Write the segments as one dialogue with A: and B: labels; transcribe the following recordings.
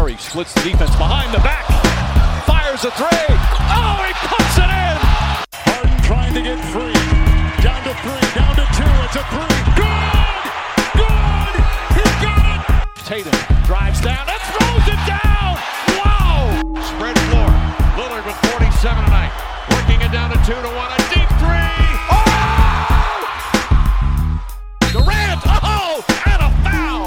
A: Murray splits the defense behind the back. Fires a three. Oh, he puts it in! Harden trying to get free. Down to three, down to two. It's a three. Good! Good! He got it! Tatum drives down and throws it down! Wow! Spread floor. Lillard with 47 tonight. Working it down to 2-1. A deep three! Oh! Durant! Oh! And a foul!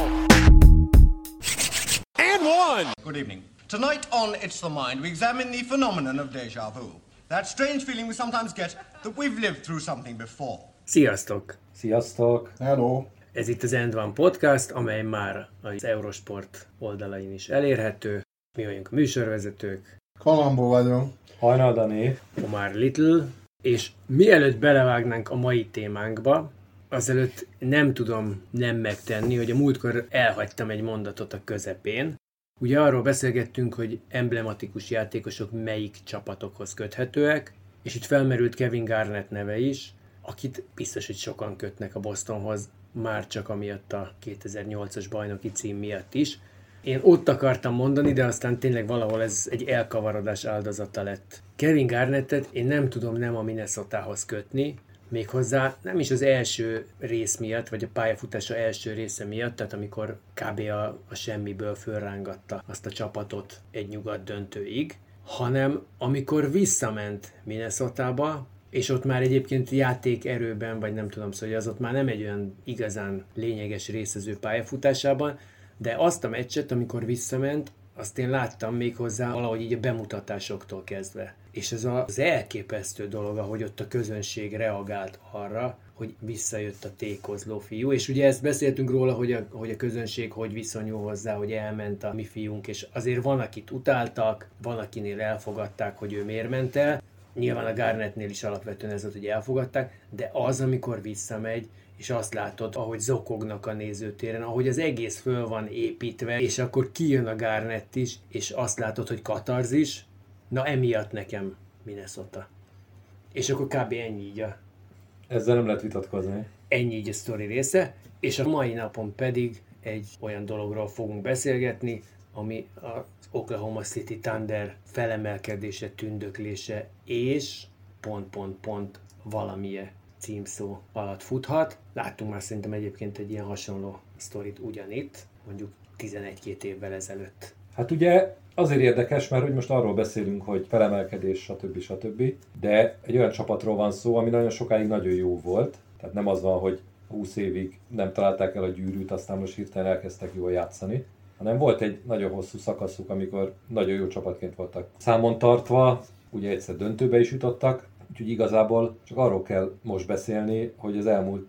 A: And one!
B: Good evening. Tonight on It's the Mind, we examine the phenomenon of déjà vu. That strange feeling we sometimes get that we've lived through something before.
C: Sziasztok!
D: Sziasztok!
E: Hello!
C: Ez itt az End One Podcast, amely már az Eurosport oldalain is elérhető. Mi vagyunk a műsorvezetők.
E: Kalambó vagyok.
D: Hajnal Dani.
C: Omar Little. És mielőtt belevágnánk a mai témánkba, azelőtt nem tudom nem megtenni, hogy a múltkor elhagytam egy mondatot a közepén. Ugye arról beszélgettünk, hogy emblematikus játékosok melyik csapatokhoz köthetőek, és itt felmerült Kevin Garnett neve is, akit biztos, hogy sokan kötnek a Bostonhoz, már csak amiatt a 2008-as bajnoki cím miatt is. Én ott akartam mondani, de aztán tényleg valahol ez egy elkavarodás áldozata lett. Kevin Garnettet én nem tudom nem a Minnesotához kötni, méghozzá nem is az első rész miatt, vagy a pályafutása első része miatt, tehát amikor kb. A semmiből fölrángatta azt a csapatot egy nyugat döntőig, hanem amikor visszament Minnesotába, és ott már egyébként játékerőben, vagy nem tudom, szóval az ott már nem egy olyan igazán lényeges részező pályafutásában, de azt a meccset, amikor visszament, azt én láttam még hozzá valahogy így a bemutatásoktól kezdve. És ez az elképesztő dolog, ahogy ott a közönség reagált arra, hogy visszajött a tékozló fiú. És ugye ezt beszéltünk róla, hogy a közönség hogy viszonyul hozzá, hogy elment a mi fiunk, és azért van, akit utáltak, van, akinél elfogadták, hogy ő miért ment el. Nyilván a Garnettnél is alapvetően ez volt, hogy elfogadták, de az, amikor visszamegy, és azt látod, ahogy zokognak a nézőtéren, ahogy az egész föl van építve, és akkor kijön a Garnett is, és azt látod, hogy katarzis, na emiatt nekem Minnesota. És akkor kb. Ennyi így
D: ezzel nem lehet vitatkozni.
C: Ennyi így a sztori része, és a mai napon pedig egy olyan dologról fogunk beszélgetni, ami az Oklahoma City Thunder felemelkedése, tündöklése és ... valamilyen címszó alatt futhat. Láttunk már szerintem egyébként egy ilyen hasonló sztorit ugyanitt, mondjuk 11-2 évvel ezelőtt.
D: Hát ugye azért érdekes, mert hogy most arról beszélünk, hogy felemelkedés, stb. De egy olyan csapatról van szó, ami nagyon sokáig nagyon jó volt. Tehát nem az van, hogy 20 évig nem találták el a gyűrűt, aztán most hirtelen elkezdtek jól játszani, hanem volt egy nagyon hosszú szakaszuk, amikor nagyon jó csapatként voltak számon tartva, ugye egyszer döntőbe is jutottak, úgyhogy igazából csak arról kell most beszélni, hogy az elmúlt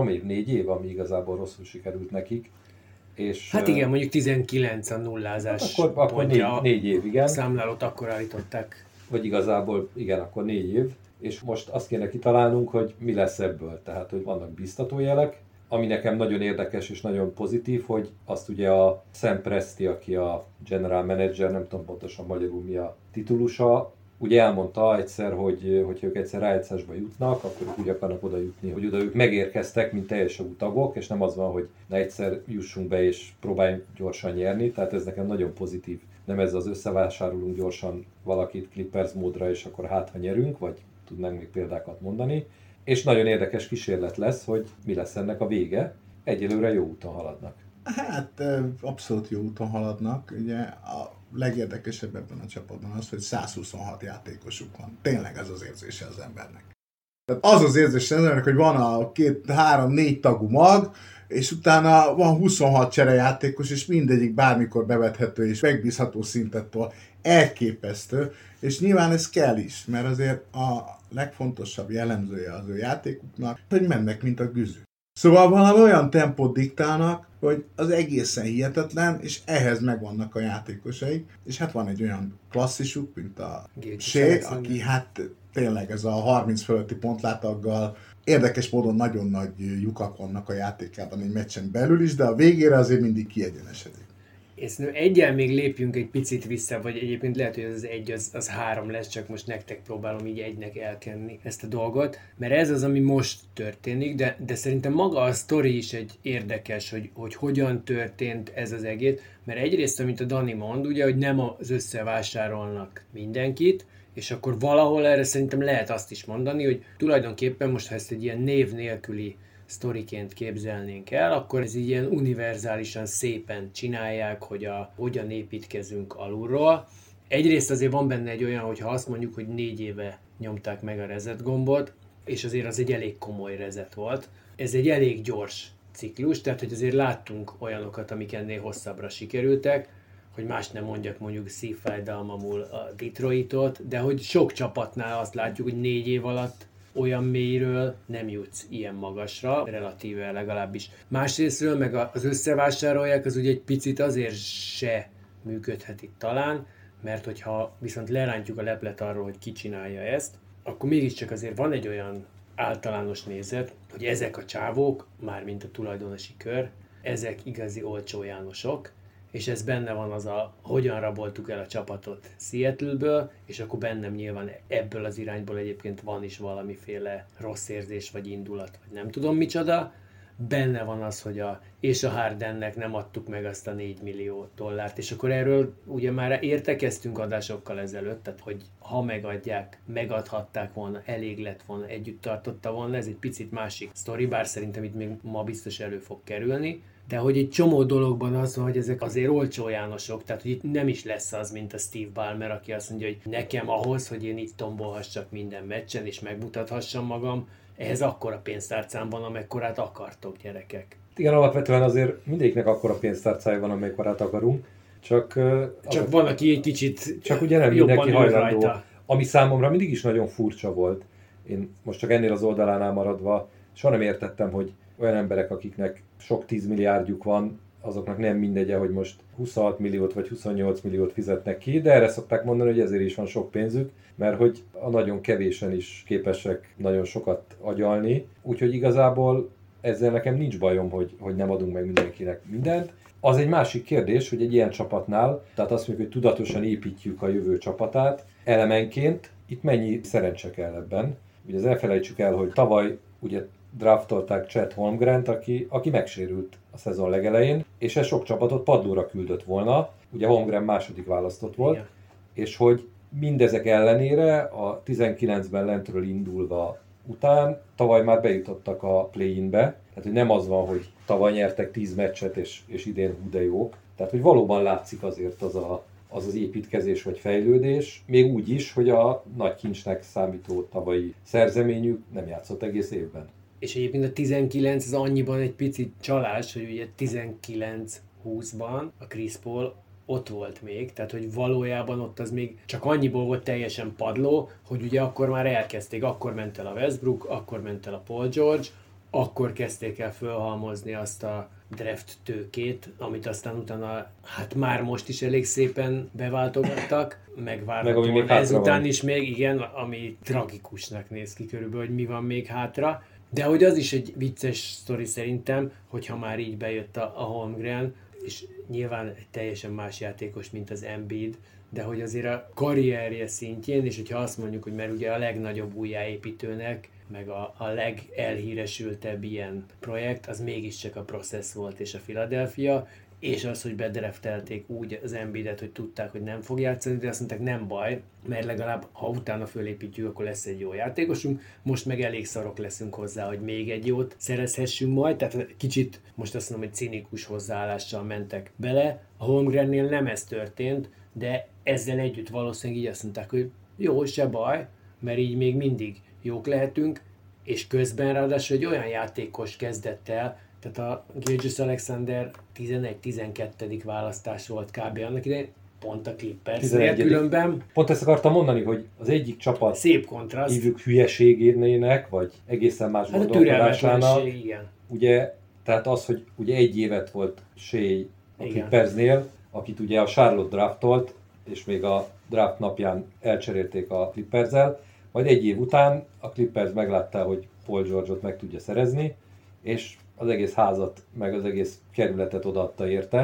D: 4 év, ami igazából rosszul sikerült nekik. És,
C: hát igen, mondjuk 19 a nullázás
D: hát akkor 4 év, igen.
C: A számlálót akkor állították.
D: Vagy igazából igen, akkor 4 év. És most azt kéne kitalálnunk, hogy mi lesz ebből. Tehát, hogy vannak biztató jelek, ami nekem nagyon érdekes és nagyon pozitív, hogy azt ugye a Sam Presti, aki a general manager, nem tudom pontosan magyarul mi a titulusa, ugye elmondta egyszer, hogy ők egyszer rájátszásba jutnak, akkor úgy akarnak oda jutni, hogy oda ők megérkeztek, mint teljes tagok, és nem az van, hogy na egyszer jussunk be és próbáljunk gyorsan nyerni, tehát ez nekem nagyon pozitív. Nem ez az összevásárolunk gyorsan valakit Clippers módra, és akkor hát ha nyerünk, vagy tudnánk még példákat mondani. És nagyon érdekes kísérlet lesz, hogy mi lesz ennek a vége. Egyelőre jó úton haladnak.
E: Hát abszolút jó úton haladnak. Ugye a legérdekesebb ebben a csapatban az, hogy 126 játékosuk van. Tényleg ez az érzése az embernek. Tehát az az érzése az embernek, hogy van a 2-3-4 tagú mag, és utána van 26 cserejátékos, és mindegyik bármikor bevethető és megbízható szintettől elképesztő, és nyilván ez kell is, mert azért a legfontosabb jellemzője az ő játékuknak, hogy mennek, mint a güzű. Szóval valami olyan tempót diktálnak, hogy az egészen hihetetlen, és ehhez megvannak a játékosaik, és hát van egy olyan klasszisuk, mint a Shea, aki hát tényleg ez a 30 fölötti pontlátaggal, érdekes módon nagyon nagy lyukak vannak a játékában egy meccsen belül is, de a végére azért mindig kiegyenesedik.
C: És egyen még lépjünk egy picit vissza, vagy egyébként lehet, hogy az 1 az 3 lesz, csak most nektek próbálom így 1-nek elkenni ezt a dolgot, mert ez az, ami most történik, de szerintem maga a sztori is egy érdekes, hogy hogyan történt ez az egész, mert egyrészt, amit a Dani mond, ugye, hogy nem az összevásárolnak mindenkit, és akkor valahol erre szerintem lehet azt is mondani, hogy tulajdonképpen most, ha ezt egy ilyen név nélküli sztoriként képzelnénk el, akkor ez így ilyen univerzálisan szépen csinálják, hogy hogyan építkezünk alulról. Egyrészt azért van benne egy olyan, hogyha azt mondjuk, hogy 4 éve nyomták meg a reset gombot, és azért az egy elég komoly reset volt. Ez egy elég gyors ciklus, tehát hogy azért láttunk olyanokat, amik ennél hosszabbra sikerültek, hogy más nem mondjak, mondjuk szívfájdalmamul a Detroitot, de hogy sok csapatnál azt látjuk, hogy 4 év alatt olyan mélyről nem jutsz ilyen magasra, relatíve legalábbis. Másrésztről meg az összevásárolják, az ugye egy picit azért se működhet itt talán, mert hogyha viszont lerántjuk a leplet arról, hogy ki csinálja ezt, akkor mégiscsak azért van egy olyan általános nézet, hogy ezek a csávók, mármint a tulajdonosi kör, ezek igazi olcsó Jánosok, és ez benne van az hogyan raboltuk el a csapatot Seattle-ből, és akkor bennem nyilván ebből az irányból egyébként van is valamiféle rossz érzés, vagy indulat, vagy nem tudom micsoda. Benne van az, hogy és a Hardennek nem adtuk meg azt a $4 millió, és akkor erről ugye már értekeztünk adásokkal ezelőtt, tehát hogy ha megadják, megadhatták volna, elég lett volna, együtt tartotta volna, ez egy picit másik sztori, bár szerintem itt még ma biztos elő fog kerülni, de hogy egy csomó dologban az van, hogy ezek azért olcsó Jánosok, tehát hogy itt nem is lesz az, mint a Steve Ballmer, aki azt mondja, hogy nekem ahhoz, hogy én itt tombolhassak minden meccsen, és megmutathassam magam, ehhez akkora pénztárcám van, amekkorát akartok, gyerekek.
D: Igen, alapvetően azért mindegyiknek akkora pénztárcája van, amekkorát akarunk, csak
C: van, aki egy kicsit
D: csak ugye nem
C: jobban
D: mindenki hajlandó.
C: rajta.
D: Ami számomra mindig is nagyon furcsa volt, én most csak ennél az oldalánál maradva, soha nem értettem, hogy olyan emberek, akiknek sok 10 milliárdjuk van, azoknak nem mindegy, hogy most 26 milliót vagy 28 milliót fizetnek ki, de erre szokták mondani, hogy ezért is van sok pénzük, mert hogy a nagyon kevésen is képesek nagyon sokat agyalni, úgyhogy igazából ezzel nekem nincs bajom, hogy nem adunk meg mindenkinek mindent. Az egy másik kérdés, hogy egy ilyen csapatnál, tehát azt mondjuk, hogy tudatosan építjük a jövő csapatát elemenként, itt mennyi szerencse kell ebben. Ugye az elfelejtsük el, hogy tavaly ugye draftolták Chet Holmgrent, aki megsérült a szezon legelején, és ez sok csapatot padlóra küldött volna. Ugye Holmgren második választott volt, igen. És hogy mindezek ellenére a 19-ben lentről indulva után tavaly már bejutottak a play-inbe. Tehát, hogy nem az van, hogy tavaly nyertek 10 meccset, és idén hú de jók. Tehát, hogy valóban látszik azért az építkezés vagy fejlődés, még úgy is, hogy a nagy kincsnek számító tavalyi szerzeményük nem játszott egész évben.
C: És egyébként a 19 az annyiban egy picit csalás, hogy ugye 19-20-ban a Chris Paul ott volt még, tehát hogy valójában ott az még csak annyiból volt teljesen padló, hogy ugye akkor már elkezdték, akkor ment el a Westbrook, akkor ment el a Paul George, akkor kezdték el fölhalmozni azt a draft tőkét, amit aztán utána, hát már most is elég szépen beváltogattak, megvárhatóan ezután is még, igen, ami tragikusnak néz ki körülbelül, hogy mi van még hátra. De hogy az is egy vicces sztori szerintem, hogyha már így bejött a Holmgren, és nyilván egy teljesen más játékos, mint az Embiid, de hogy azért a karrierje szintjén, és hogyha azt mondjuk, hogy mert ugye a legnagyobb újjáépítőnek, meg a legelhíresültebb ilyen projekt, az mégiscsak a Process volt és a Philadelphia, és az, hogy bedraftelték úgy az Embiidet, hogy tudták, hogy nem fog játszani, de azt mondták, nem baj, mert legalább ha utána fölépítjük, akkor lesz egy jó játékosunk, most meg elég szarok leszünk hozzá, hogy még egy jót szerezhessünk majd, tehát kicsit most azt mondom, hogy cinikus hozzáállással mentek bele. A Holmgrennél nem ez történt, de ezzel együtt valószínűleg így azt mondták, hogy jó, se baj, mert így még mindig jók lehetünk, és közben ráadásul egy olyan játékos kezdett el, tehát a Gilgeous-Alexander 11-12. Választás volt kb. Annak idején, pont a Clippersnél különben.
D: Pont ezt akartam mondani, hogy az egyik csapat
C: szép kontraszt.
D: Hívjuk hülyeségének, vagy egészen más gondolkodásának.
C: Igen.
D: Ugye, tehát az, hogy ugye 1 évet volt Shea a Clippersnél, akit ugye a Charlotte draftolt, és még a draft napján elcserélték a Clipperszel, majd 1 év után a Clippers meglátta, hogy Paul George-ot meg tudja szerezni, és az egész házat, meg az egész kerületet odaadta érte,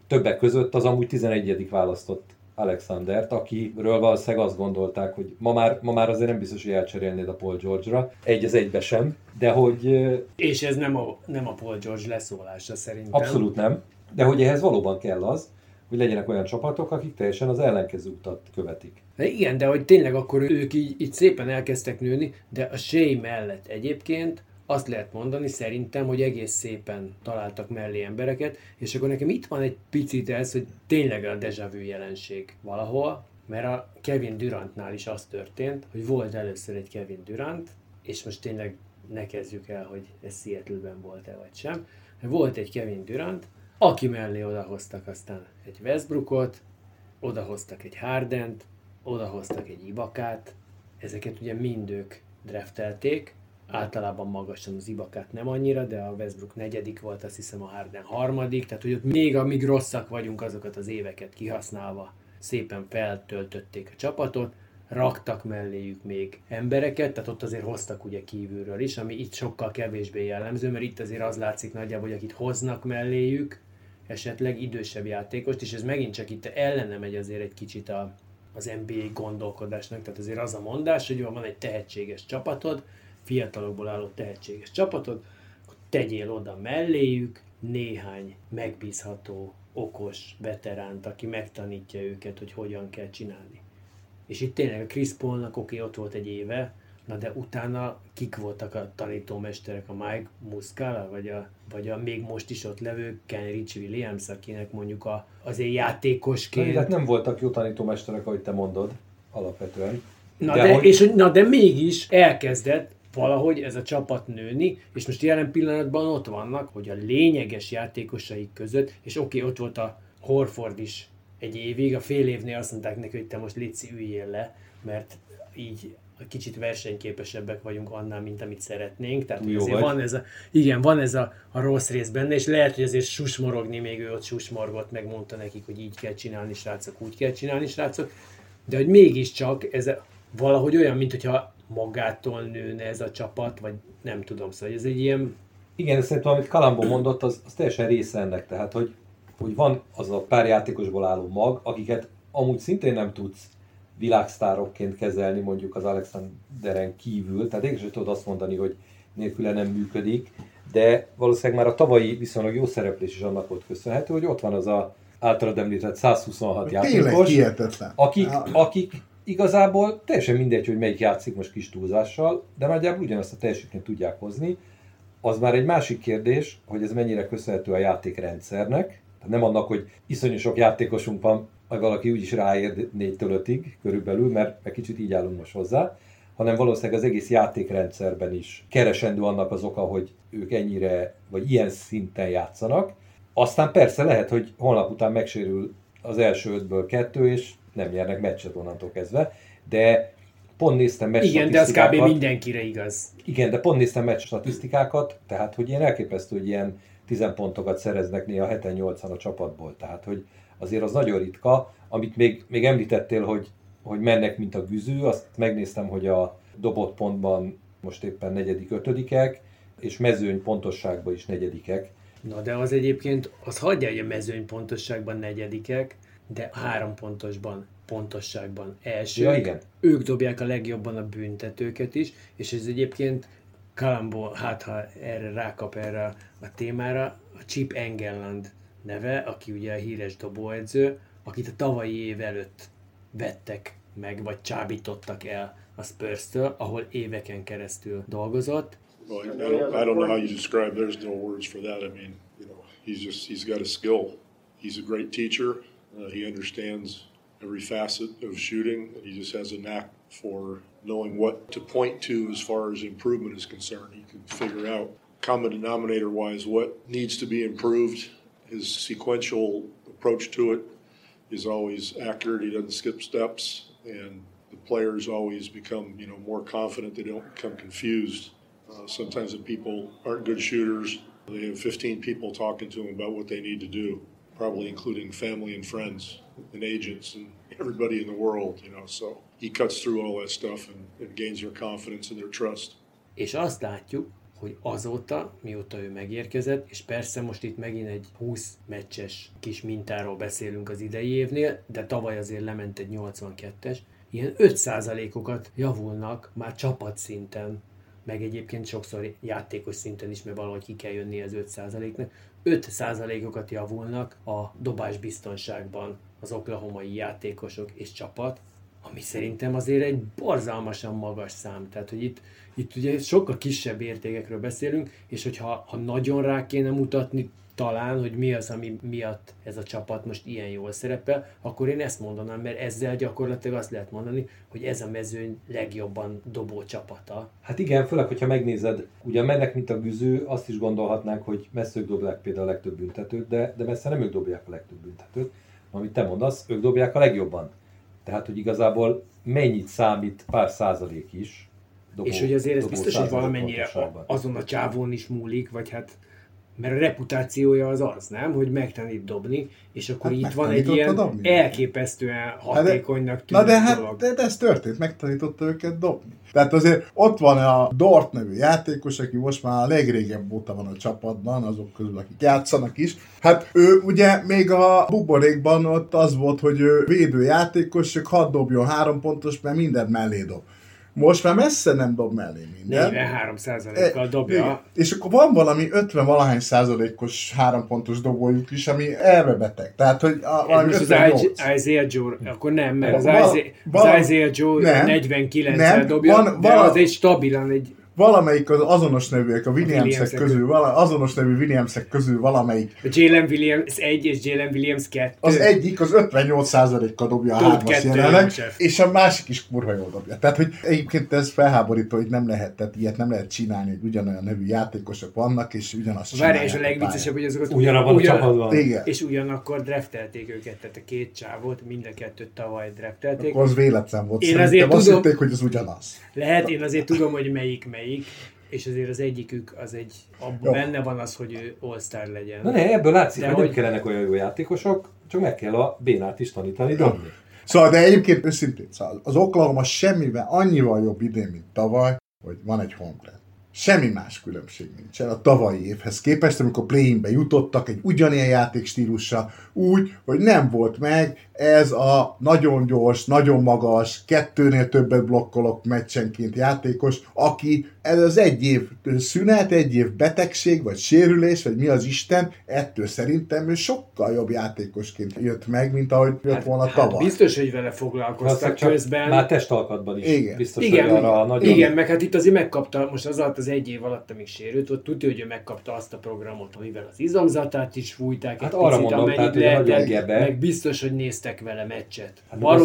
D: Többek között az amúgy 11. választott Alexandert, akiről valószínűleg azt gondolták, hogy ma már azért nem biztos, hogy elcserélnéd a Paul George-ra, egy az egybe sem, de hogy...
C: És ez nem a Paul George leszólása szerintem.
D: Abszolút nem, de hogy ehhez valóban kell az, hogy legyenek olyan csapatok, akik teljesen az ellenkező utat követik.
C: De igen, de hogy tényleg akkor ők így szépen elkezdtek nőni, de a Shea mellett egyébként azt lehet mondani szerintem, hogy egész szépen találtak mellé embereket, és akkor nekem itt van egy picit ez, hogy tényleg a déjà vu jelenség valahol, mert a Kevin Durantnál is az történt, hogy volt először egy Kevin Durant, és most tényleg ne kezdjük el, hogy ez Seattle-ben volt-e vagy sem. Volt egy Kevin Durant, aki mellé odahoztak aztán egy Westbrookot, odahoztak egy Hardent, odahoztak egy Ibakát, ezeket ugye mind ők draftelték, általában magasan az Ibakát nem annyira, de a Westbrook 4. volt, azt hiszem a Harden 3., tehát hogy ott még amíg rosszak vagyunk, azokat az éveket kihasználva szépen feltöltötték a csapatot, raktak melléjük még embereket, tehát ott azért hoztak ugye kívülről is, ami itt sokkal kevésbé jellemző, mert itt azért az látszik nagyjából, hogy akit hoznak melléjük, esetleg idősebb játékost, és ez megint csak itt ellene megy azért egy kicsit az NBA gondolkodásnak, tehát azért az a mondás, hogy van egy tehetséges csapatod, fiatalokból álló tehetséges csapatod, akkor tegyél oda melléjük néhány megbízható, okos veteránt, aki megtanítja őket, hogy hogyan kell csinálni. És itt tényleg a Chris Paulnak ott volt egy éve, na de utána kik voltak a tanítómesterek, a Mike Muscala, vagy a még most is ott levő Kenrich Williams, akinek mondjuk azért játékosként...
D: Tehát nem voltak jó tanítómesterek, ahogy te mondod, alapvetően.
C: De mégis elkezdett valahogy ez a csapat nőni, és most jelen pillanatban ott vannak, hogy a lényeges játékosaik között, és ott volt a Horford is egy évig, a fél évnél azt mondták neki, hogy te most Lici üljél le, mert így kicsit versenyképesebbek vagyunk annál, mint amit szeretnénk. Tehát azért van ez a rossz rész benne, és lehet, hogy azért susmorogni, még ő ott susmorgott, megmondta nekik, hogy így kell csinálni, srácok, úgy kell csinálni, srácok, de hogy mégiscsak ez valahogy olyan, mint hogyha magától nőne ez a csapat, vagy nem tudom, szóval ez egy ilyen...
D: Igen, szerintem, amit Kalambó mondott, az teljesen része ennek, tehát, hogy van az a pár játékosból álló mag, akiket amúgy szintén nem tudsz világsztárokként kezelni, mondjuk az Alexanderen kívül, tehát én sem tudod azt mondani, hogy nélküle nem működik, de valószínűleg már a tavalyi viszonylag jó szereplés is annak volt köszönhető, hogy ott van az a általad említett 126 játékos, akik igazából teljesen mindegy, hogy melyik játszik most kis túlzással, de nagyjából ugyanazt a teljesítményt tudják hozni. Az már egy másik kérdés, hogy ez mennyire köszönhető a játékrendszernek. Tehát nem annak, hogy iszonyú sok játékosunk van, meg valaki úgyis ráér 4-től 5-ig körülbelül, mert kicsit így állunk most hozzá, hanem valószínűleg az egész játékrendszerben is keresendő annak az oka, hogy ők ennyire, vagy ilyen szinten játszanak. Aztán persze lehet, hogy holnap után megsérül az első 5-ből 2, és nem nyernek meccset onnantól kezdve, de pont néztem meccs statisztikákat.
C: Igen, de az kb. Mindenkire igaz.
D: Igen, de pont néztem meccs statisztikákat, tehát hogy ilyen elképesztő, hogy ilyen 10 pontokat szereznek néha 7-8-an a csapatból, tehát hogy azért az nagyon ritka. Amit még említettél, hogy mennek, mint a güzű, azt megnéztem, hogy a dobott pontban most éppen 4.-5. És mezőny pontosságban is 4.
C: Na de az egyébként, az hagyja, hogy a mezőny pontosságban 4, de 3 pontosságban elsők.
D: Ja, igen.
C: Ők dobják a legjobban a büntetőket is, és ez egyébként Kalambó, hát ha erre rákap erre a témára, a Chip Engelland neve, aki ugye a híres dobóedző, akit a tavalyi év előtt vettek meg, vagy csábítottak el a Spurs-től, ahol éveken keresztül dolgozott.
F: Well, I don't know how you describe. There's no words for that. I mean, he's got a skill. He's a great teacher. He understands every facet of shooting. He just has a knack for knowing what to point to as far as improvement is concerned. He can figure out common denominator-wise what needs to be improved. His sequential approach to it is always accurate. He doesn't skip steps, and the players always become, more confident. They don't become confused. Sometimes the people aren't good shooters. They have 15 people talking to them about what they need to do, probably including family and friends and agents and everybody in the world, So he cuts through all that stuff and gains their confidence and their trust.
C: És azt látjuk, hogy azóta, mióta ő megérkezett, és persze most itt megint egy 20 meccses kis mintáról beszélünk az idei évnél, de tavaly azért lement egy 82-es, ilyen 5%-okat javulnak már csapatszinten, meg egyébként sokszor játékos szinten is, mert valahogy ki kell jönni az 5%-nak. 5%-okat javulnak a dobásbiztonságban az oklahomai játékosok és csapat, ami szerintem azért egy borzalmasan magas szám. Tehát, hogy itt ugye sokkal kisebb értékekről beszélünk, és hogyha nagyon rá kéne mutatni talán, hogy mi az, ami miatt ez a csapat most ilyen jól szerepel, akkor én ezt mondanám, mert ezzel gyakorlatilag azt lehet mondani, hogy ez a mezőny legjobban dobó csapata.
D: Hát igen, főleg, hogyha megnézed, ugye mennek, mint a güző, azt is gondolhatnánk, hogy messze ők dobják például a legtöbb büntetőt, de messze nem ők dobják a legtöbb büntetőt, amit te mondasz, ők dobják a legjobban. Tehát, hogy igazából mennyit számít pár százalék is.
C: És hogy azért ez biztos, hogy valamennyire azon a csávón is múlik, vagy hát mert a reputációja az, nem? Hogy megtanít dobni, és akkor itt van egy ilyen dobni. Elképesztően hatékonynak tűnő dolog.
E: De ez történt, megtanította őket dobni. Tehát azért ott van a Dort nevű játékos, aki most már a legrégebb óta van a csapatban, azok közül, akik játszanak is. Hát ő ugye még a buborékban ott az volt, hogy ő védőjátékos, csak hadd dobjon 3 pontos, mert mindent mellé dob. Most már messze nem dob mellé minden.
C: 43%-kal dobja.
E: És akkor van valami 50-valahány százalékos 3 pontos dobójuk is, ami elmebeteg. Tehát, hogy valami
C: az Isaiah Joe, akkor nem, mert az Isaiah Joe 49-el dobja, de az egy stabilan egy...
E: Valamelyik az azonos nevűek, a Williamsek közül, azonos nevű Williamsek közül valamelyik.
C: A Jalen Williams 1 és Jalen Williams 2.
E: Az egyik az 58%-kal dobja a 3-as jelenleg, és a másik is kurva jól dobja. Tehát, hogy egyébként ez felháborító, hogy nem lehet, tehát ilyet nem lehet csinálni, hogy ugyanolyan nevű játékosok vannak, és ugyanazt csinálják.
C: Várj, és a legviccesebb, hogy azokat
D: ugyanabban a csapatban.
C: És ugyanakkor draftelték őket, tehát a két csávot, mind a kettőt tavaly draftelték.
E: Akkor az véletlen volt. Szerintem azt hitték, hogy az ugyanaz.
C: Lehet, én azért tudom, hogy melyik, és azért az egyikük az egy, abban benne van az, hogy ő All-Star legyen.
D: Na ne, ebből látszik, hogy nem kellenek olyan jó játékosok, csak meg kell a bénát is tanítani dobni.
E: Szóval, de egyébként őszintén, az Oklahoma semmivel annyival jobb idén, mint tavaly, hogy van egy Holmgren. Semmi más különbség nincsen a tavalyi évhez képest, amikor play-inbe jutottak egy ugyanilyen játékstílussal, úgy, hogy nem volt meg ez a nagyon gyors, nagyon magas, 2-nél többet blokkolok meccsenként játékos, aki ez az egy év szünet, egy év betegség, vagy sérülés, vagy mi az Isten, ettől szerintem ő sokkal jobb játékosként jött meg, mint ahogy jött volna tavaly.
C: Hát biztos, hogy vele foglalkoztak közben.
D: Már testalkatban is.
E: Igen.
D: Biztos,
C: igen,
D: hogy arra nagyon...
C: Igen, meg hát itt azért megkapta, most az alatt az egy év alatt, amíg sérült, ott tudja, hogy ő megkapta azt a programot, amivel az izomzatát is fújták.
D: Hát arra mondom, tehát, hogy lehetett,
C: meg biztos, hogy néztek vele meccset.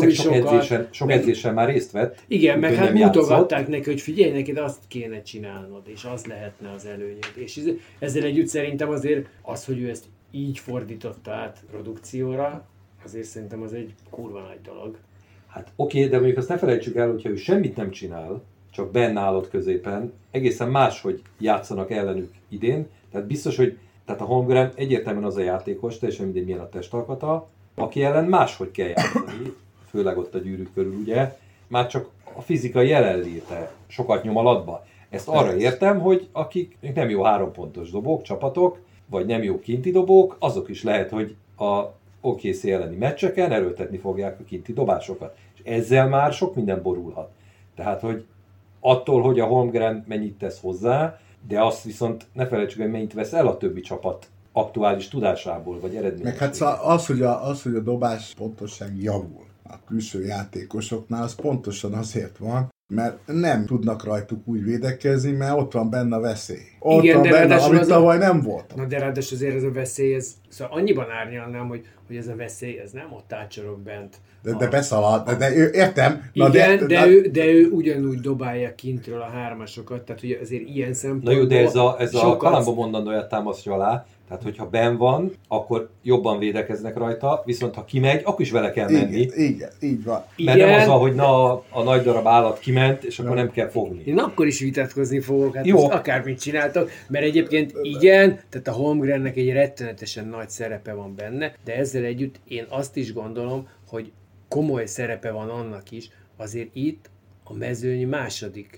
D: Hát sok edzésen már részt vett.
C: Igen, meg hát mutogatták neki, hogy figyelj, neked azt kéne csinálnod, és az lehetne az előnyöd. És ezzel együtt szerintem azért az, hogy ő ezt így fordította át produkcióra, azért szerintem az egy kurva nagy dolog.
D: Hát oké, de mondjuk azt ne felejtsük el, hogyha ő semmit nem csinál, csak benne állott középen, egészen máshogy játszanak ellenük idén. Tehát biztos, hogy tehát a Holmgren egyértelműen az a játékos, teljesen mindegy milyen a testalkata, aki ellen máshogy kell játszani, főleg ott a gyűrűk körül, ugye, már csak a fizikai jelenléte sokat nyom alatba. Ezt arra értem, hogy akik nem jó 3 pontos dobók, csapatok, vagy nem jó kinti dobók, azok is lehet, hogy a OKC elleni meccseken erőltetni fogják a kinti dobásokat. És ezzel már sok minden borulhat. Tehát, hogy attól, hogy a Holmgren mennyit tesz hozzá, de azt viszont ne felejtsük, hogy mennyit vesz el a többi csapat aktuális tudásából, vagy eredményességéből.
E: Meg hát az, hogy a dobás pontosság javul a külső játékosoknál, az pontosan azért van, mert nem tudnak rajtuk úgy védekezni, mert ott van benne a veszély. Ott
C: igen,
E: van benne, amit tavaly nem volt.
C: Na de ráadásul azért ez a veszély, szóval annyiban árnyalnám, hogy ez a veszély, ez nem ott ácsorog bent.
E: De beszalad, de értem.
C: Igen, de ő ugyanúgy dobálja kintről a 3-asokat, tehát ugye azért ilyen szempontból...
D: Na jó, de ez a Kalamba mondandóját támasztja alá, tehát hogyha benn van, akkor jobban védekeznek rajta, viszont ha kimegy, akkor is vele kell menni.
E: Igen, így van.
D: Mert nem az van, hogy a nagy darab állat kiment, és akkor nem kell fogni.
C: Én akkor is vitatkozni fogok, hát most akármit csináltak, mert egyébként igen, tehát a Holmgrennek egy rettenetesen nagy szerepe van benne, de ezzel együtt én azt is gondolom, hogy komoly szerepe van annak is, azért itt a mezőny második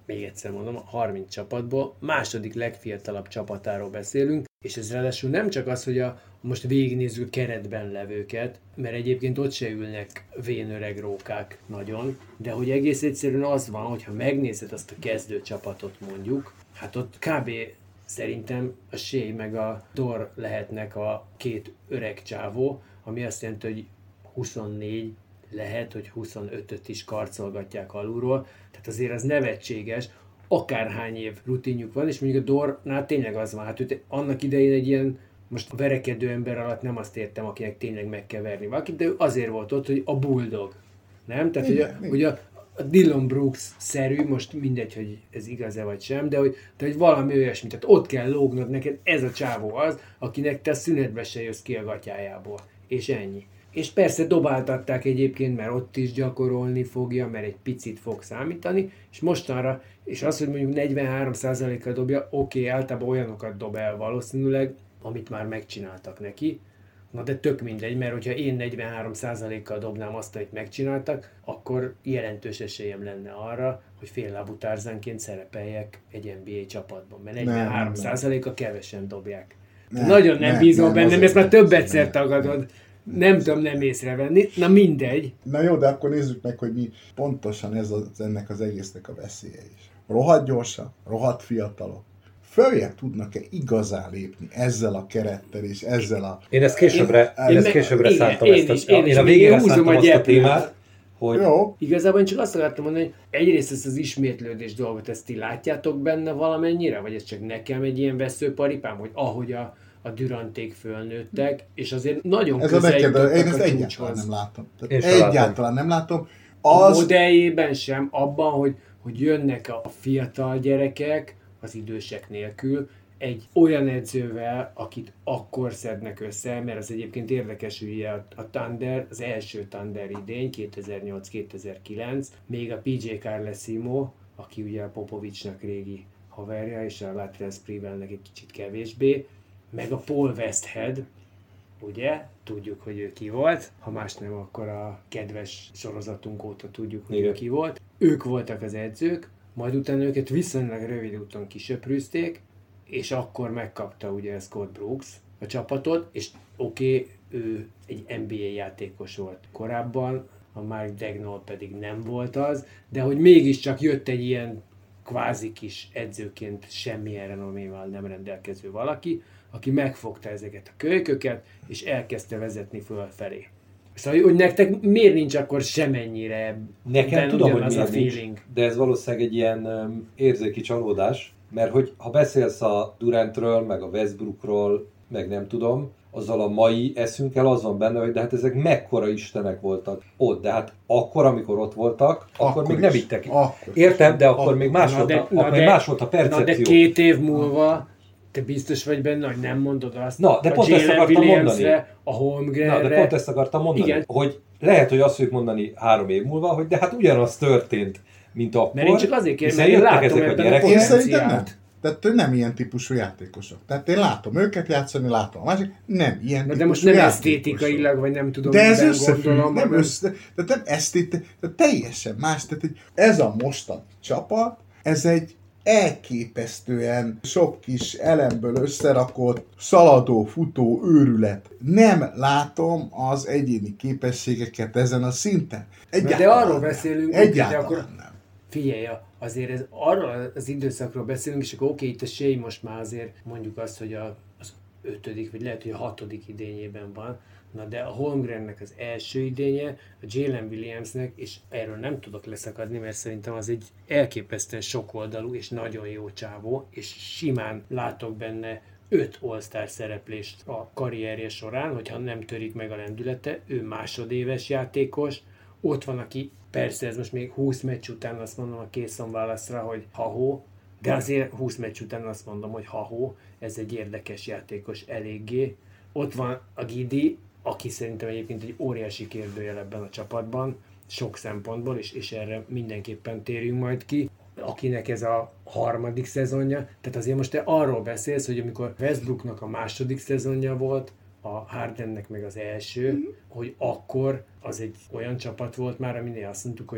C: még egyszer mondom, a 30 csapatból második legfiatalabb csapatáról beszélünk, és ez ráadásul nem csak az, hogy a most végignézzük keretben levőket, mert egyébként ott se ülnek vénöreg rókák nagyon, de hogy egész egyszerűen az van, hogyha megnézed azt a kezdő csapatot mondjuk, hát ott kb. Szerintem a Shea meg a Dor lehetnek a két öreg csávó, ami azt jelenti, hogy 24 lehet, hogy 25-öt is karcolgatják alulról, tehát azért az nevetséges, akárhány év rutinjuk van, és mondjuk a Dornál tényleg az van, hát őt annak idején egy ilyen, most a verekedő ember alatt nem azt értem, akinek tényleg meg kell verni valakit, de ő azért volt ott, hogy a bulldog, nem? Tehát, hogy a Dillon Brooks-szerű, most mindegy, hogy ez igaz-e vagy sem, de hogy valami olyasmi, tehát ott kell lógnod neked, ez a csávó az, akinek te szünetbe se jössz ki a gatyájából, és ennyi. És persze dobáltatták egyébként, mert ott is gyakorolni fogja, mert egy picit fog számítani, és mostanra, és az, hogy mondjuk 43%-kal dobja, oké, általában olyanokat dob el valószínűleg, amit már megcsináltak neki, na de tök mindegy, mert hogyha én 43%-kal dobnám azt, amit megcsináltak, akkor jelentős esélyem lenne arra, hogy féllábú Tarzánként szerepeljek egy NBA csapatban, mert 43%-a kevesen dobják. Nagyon nem bízom bennem, ezt már több egyszer tagadod. Nem tudom nem észrevenni, na mindegy.
E: Na jó, de akkor nézzük meg, hogy mi pontosan ennek az egésznek a veszélye is. Rohadt gyorsak, rohadt fiatalok. Följebb tudnak-e igazán lépni ezzel a kerettel és ezzel a...
D: Én ezt későbbre szántam én a végére szántam azt a témát, hogy... Jó.
C: Igazából én csak azt akartam mondani, hogy egyrészt ezt az ismétlődés dolgot, ezt ti látjátok benne valamennyire? Vagy ez csak nekem egy ilyen veszőparipám, hogy ahogy a Duranték fölnőttek, és azért nagyon közel jutottak
E: én ezt egyáltalán nem látom. Egyáltalán nem látom.
C: A modelljében sem, abban, hogy jönnek a fiatal gyerekek, az idősek nélkül, egy olyan edzővel, akit akkor szednek össze, mert az egyébként érdekes, hogy a Thunder, az első Thunder idény, 2008-2009, még a PJ Carlesimo, aki ugye a Popovicsnak régi haverja, és a Latrell Sprewellnek egy kicsit kevésbé, meg a Paul Westhead, ugye? Tudjuk, hogy ő ki volt. Ha más nem, akkor a kedves sorozatunk óta tudjuk, hogy ő ki volt. Ők voltak az edzők, majd utána őket viszonylag rövid úton kisöprűzték, és akkor megkapta ugye Scott Brooks a csapatot, és ő egy NBA játékos volt korábban, a Mark Daigneault pedig nem volt az, de hogy mégiscsak jött egy ilyen kvázi kis edzőként semmilyen renoméval nem rendelkező valaki, aki megfogta ezeket a kölyköket, és elkezdte vezetni fölfelé. Szóval, hogy nektek miért nincs akkor semennyire
D: nekem tudom, hogy miért nincs, de ez valószínűleg egy ilyen érzéki csalódás, mert hogy ha beszélsz a Durantről, meg a Westbrookról, meg nem tudom, azzal a mai eszünkkel az van benne, hogy de hát ezek mekkora istenek voltak ott, de hát akkor, amikor ott voltak, akkor még nem ittek. Értem, de akkor még más volt a percepció.
C: Na de 2 év múlva te biztos vagy benne, hogy nem mondod azt
D: de pont ezt akartam mondani.
C: A Holmgrenre.
D: De pont ezt akartam mondani, igen. Hogy lehet, hogy azt fogjuk mondani 3 év múlva, hogy de hát ugyanaz történt, mint akkor.
C: Mert én csak azért kérem, mert én látom ebben a potenciált.
E: Tehát nem ilyen típusú játékosok. Tehát én látom őket játszani, látom a másik, nem ilyen típusú
C: de most nem esztétikailag, vagy nem tudom,
E: de ez összefügg, nem esztétikailag, teljesen más. Tehát ez a mostani csapat, ez egy elképesztően sok kis elemből összerakott, szaladó, futó őrület. Nem látom az egyéni képességeket ezen a szinten.
C: De arról beszélünk,
E: egyáltalán akkor nem.
C: Figyelj, azért arról az időszakról beszélünk, és akkor itt a Shea most már azért mondjuk azt, hogy az 5. vagy lehet, hogy a 6. idényében van, na de a Holmgrennek az első idénye, a Jalen Williamsnek, és erről nem tudok leszakadni, mert szerintem az egy elképesztően sokoldalú és nagyon jó csávó, és simán látok benne 5 All-Star szereplést a karrierje során, hogyha nem törik meg a lendülete, ő másodéves játékos, ott van, aki persze ez most még 20 meccs után azt mondom a készonválaszra, hogy ha-hó, de azért 20 meccs után azt mondom, hogy ha-hó, ez egy érdekes játékos eléggé. Ott van a Giddey, aki szerintem egyébként egy óriási kérdőjel ebben a csapatban, sok szempontból, és erre mindenképpen térjünk majd ki, akinek ez a 3. szezonja. Tehát azért most te arról beszélsz, hogy amikor Westbrooknak a 2. szezonja volt, a Hardennek meg az első, hogy akkor az egy olyan csapat volt már, aminél azt mondtuk, hogy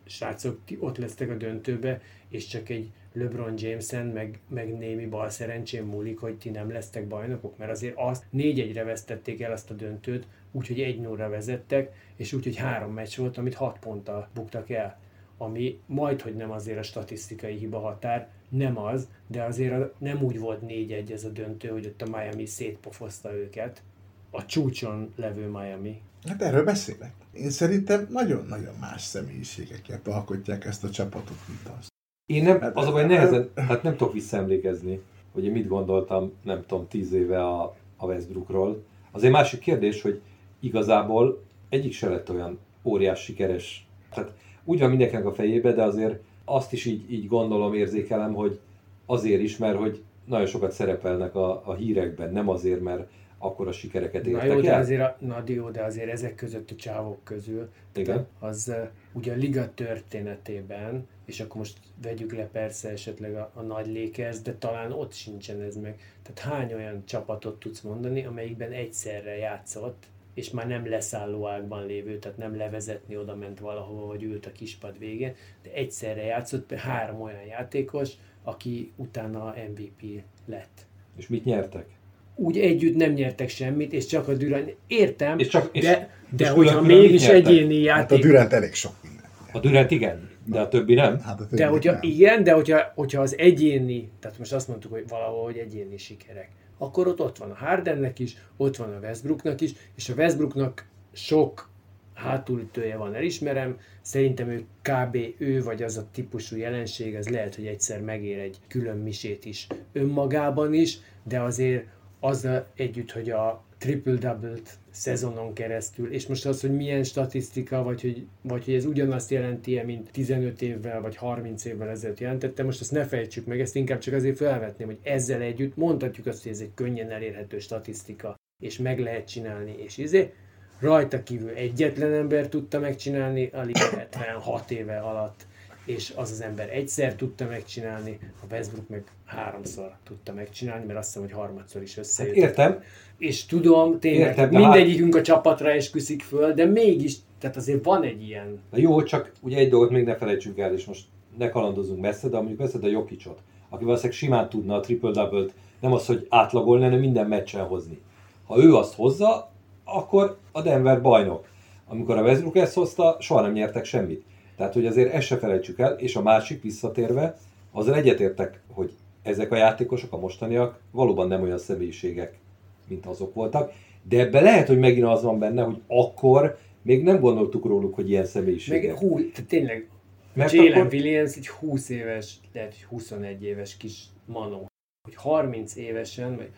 C: srácok, ti ott lesztek a döntőbe, és csak egy LeBron James-en, meg némi bal szerencsén múlik, hogy ti nem lesztek bajnokok, mert azért azt 4-1-re vesztették el azt a döntőt, úgyhogy 1-0-ra vezettek, és úgyhogy 3 meccs volt, amit 6 ponttal buktak el, ami majdhogy nem azért a statisztikai hiba határ, nem az, de azért nem úgy volt 4-1 ez a döntő, hogy ott a Miami szétpofozta őket, a csúcson levő Miami.
E: Hát erről beszélek. Én szerintem nagyon-nagyon más személyiségeket alkotják ezt a csapatot, mint azt.
D: Én nem, az a baj nehezen, hát nem tudok visszaemlékezni, hogy én mit gondoltam, nem tudom, 10 éve a Westbrookról. Azért másik kérdés, hogy igazából egyik se lett olyan óriás sikeres. Tehát úgy van mindenkinek a fejébe, de azért azt is így gondolom, érzékelem, hogy azért is, mert hogy nagyon sokat szerepelnek a hírekben, nem azért, mert akkora sikereket értek el.
C: De azért ezek között a csávok közül,
D: igen?
C: Az ugye a liga történetében, és akkor most vegyük le persze esetleg a nagy Lakers, de talán ott sincsen ez meg. Tehát hány olyan csapatot tudsz mondani, amelyikben egyszerre játszott, és már nem leszálló ágban lévő, tehát nem levezetni, oda ment valahova, vagy ült a kispad végén, de egyszerre játszott 3 olyan játékos, aki utána MVP lett.
D: És mit nyertek?
C: Úgy együtt nem nyertek semmit, és csak a Durant, értem, de
D: és
C: hogyha mégis egyéni játék...
E: Hát a Durant elég sok minden.
D: A Durant igen, de a többi nem.
E: Hát a többi
C: de hogyha
E: nem.
C: igen, de hogyha az egyéni, tehát most azt mondtuk, hogy valahogy egyéni sikerek, akkor ott van a Hardennek is, ott van a Westbrooknak is, és a Westbrooknak sok hátulütője van, elismerem, szerintem ő kb. Ő vagy az a típusú jelenség, ez lehet, hogy egyszer megér egy külön misét is önmagában is, de azért azzal együtt, hogy a triple-double-t szezonon keresztül, és most az, hogy milyen statisztika, vagy hogy ez ugyanazt jelenti, mint 15 évvel, vagy 30 évvel ezelőtt jelentette, most azt ne fejtsük meg, ezt inkább csak azért felvetném, hogy ezzel együtt mondhatjuk azt, hogy ez egy könnyen elérhető statisztika, és meg lehet csinálni, és rajta kívül egyetlen ember tudta megcsinálni, alig 76 éve alatt, és az ember egyszer tudta megcsinálni, a Westbrook meg 3-szor tudta megcsinálni, mert azt hiszem, hogy harmadszor is összejött.
D: Hát értem.
C: És tudom, tényleg, mindegyikünk a csapatra esküszik föl, de mégis, tehát azért van egy ilyen...
D: Na jó, csak ugye egy dolgot még ne felejtsünk el, és most ne kalandozunk messze, de mondjuk veszed a Jokicot, aki valószínűleg simán tudna a triple-double-t, nem az, hogy átlagolni, hanem minden meccsen hozni. Ha ő azt hozza, akkor a Denver bajnok. Amikor a Westbrook ezt hozta, soha nem nyertek semmit. Tehát, hogy azért ezt se felejtsük el, és a másik visszatérve, azzal egyetértek, hogy ezek a játékosok, a mostaniak valóban nem olyan személyiségek, mint azok voltak, de ebben lehet, hogy megint az van benne, hogy akkor még nem gondoltuk róluk, hogy ilyen személyiségek.
C: Tehát tényleg,
D: mert
C: Jalen
D: akkor...
C: Williams egy 20 éves, lehet, hogy 21 éves kis manó, hogy 30 évesen, vagy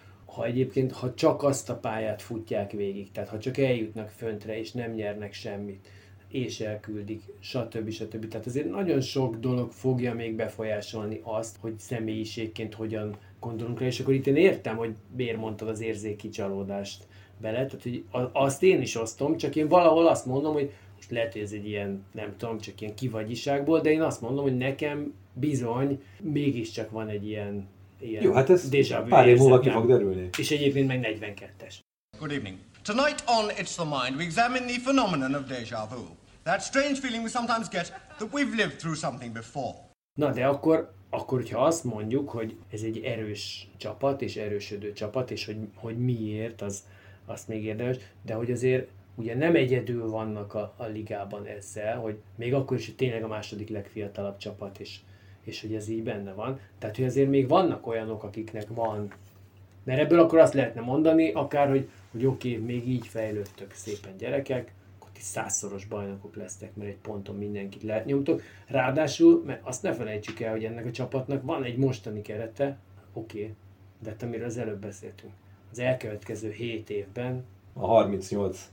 C: ha csak azt a pályát futják végig, tehát ha csak eljutnak föntre, és nem nyernek semmit, és elküldik, stb. Tehát azért nagyon sok dolog fogja még befolyásolni azt, hogy személyiségként hogyan gondolunk rá, és akkor itt én értem, hogy miért mondtad az érzéki csalódást bele, tehát hogy azt én is osztom, csak én valahol azt mondom, hogy most lehet, hogy ez egy ilyen, nem tudom, csak ilyen kivagyiságból, de én azt mondom, hogy nekem bizony mégiscsak van egy ilyen
D: jó, hát ez pár év múlva ki fog derülni.
C: És egyébként meg 42-es.
B: Good evening. Tonight on It's the Mind, we examine the phenomenon of déjà vu. That strange feeling we sometimes get that we've lived through something before.
C: Na de akkor hogyha azt mondjuk, hogy ez egy erős csapat, és erősödő csapat, és hogy miért, azt még érdemes, de hogy azért ugye nem egyedül vannak a ligában ezzel, hogy még akkor is, hogy tényleg a második legfiatalabb csapat, és hogy ez így benne van. Tehát, hogy azért még vannak olyanok, akiknek van. Mert ebből akkor azt lehetne mondani, akár, hogy oké, még így fejlődtök szépen gyerekek, akkor ti 100-szoros bajnokok lesztek, mert egy ponton mindenkit lenyomtok. Ráadásul, mert azt ne felejtsük el, hogy ennek a csapatnak van egy mostani kerete, oké, de amiről az előbb beszéltünk. Az elkövetkező 7 évben
D: a 38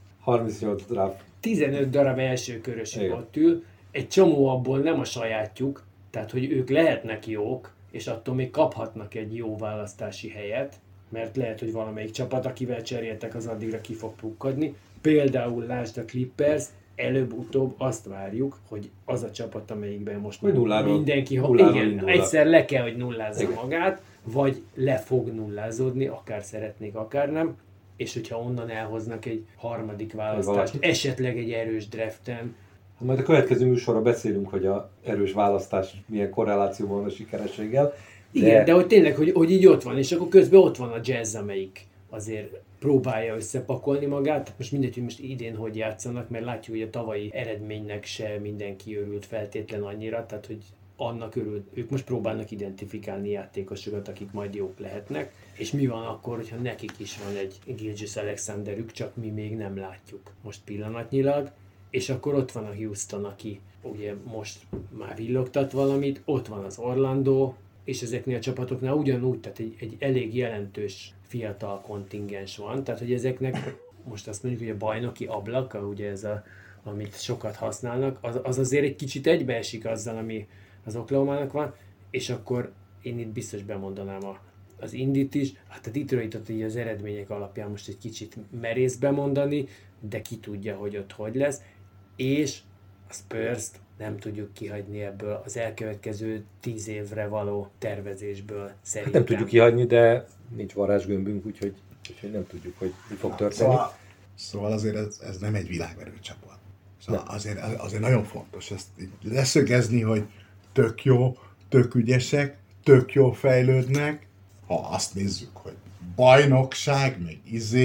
D: draft.
C: 15 darab elsőkörösig ott ül, egy csomó abból nem a sajátjuk, tehát hogy ők lehetnek jók, és attól még kaphatnak egy jó választási helyet, mert lehet, hogy valamelyik csapat, akivel cseréltek, az addigra ki fog pukkadni. Például lásd a Clippers, előbb-utóbb azt várjuk, hogy az a csapat, amelyikben most mindenki, igen, egyszer le kell, hogy nullázza magát, vagy le fog nullázódni, akár szeretnék, akár nem, és hogyha onnan elhoznak egy harmadik választást, esetleg egy erős draften,
D: Majd a következő műsorra beszélünk, hogy a erős választás milyen korrelációban van a sikerességgel.
C: Igen, de hogy tényleg, hogy így ott van, és akkor közben ott van a Jazz, amelyik azért próbálja összepakolni magát. Most mindegy, hogy most idén hogy játszanak, mert látjuk, hogy a tavalyi eredménynek se mindenki örült feltétlen annyira, tehát hogy annak örül, ők most próbálnak identifikálni játékosokat, akik majd jók lehetnek, és mi van akkor, hogyha nekik is van egy Gilgeous-Alexanderük, csak mi még nem látjuk most pillanatnyilag, és akkor ott van a Houston, aki ugye most már villogtat valamit, ott van az Orlando, és ezeknél a csapatoknál ugyanúgy, tehát egy elég jelentős fiatal kontingens van, tehát hogy ezeknek most azt mondjuk, hogy a bajnoki ablak, ugye ez amit sokat használnak, az azért egy kicsit egybeesik azzal, ami az Oklahomának van, és akkor én itt biztos bemondanám az Indit is. Hát a Detroitot így az eredmények alapján most egy kicsit merész bemondani, de ki tudja, hogy ott hogy lesz. És a Spurs-t nem tudjuk kihagyni ebből az elkövetkező 10 évre való tervezésből szerintem.
D: Nem tudjuk kihagyni, de nincs varázsgömbünk, úgyhogy nem tudjuk, hogy mi fog történni.
E: Szóval azért ez nem egy világverő csapat. Szóval azért nagyon fontos ezt leszögezni, hogy tök jó, tök ügyesek, tök jó fejlődnek. Ha azt nézzük, hogy bajnokság, meg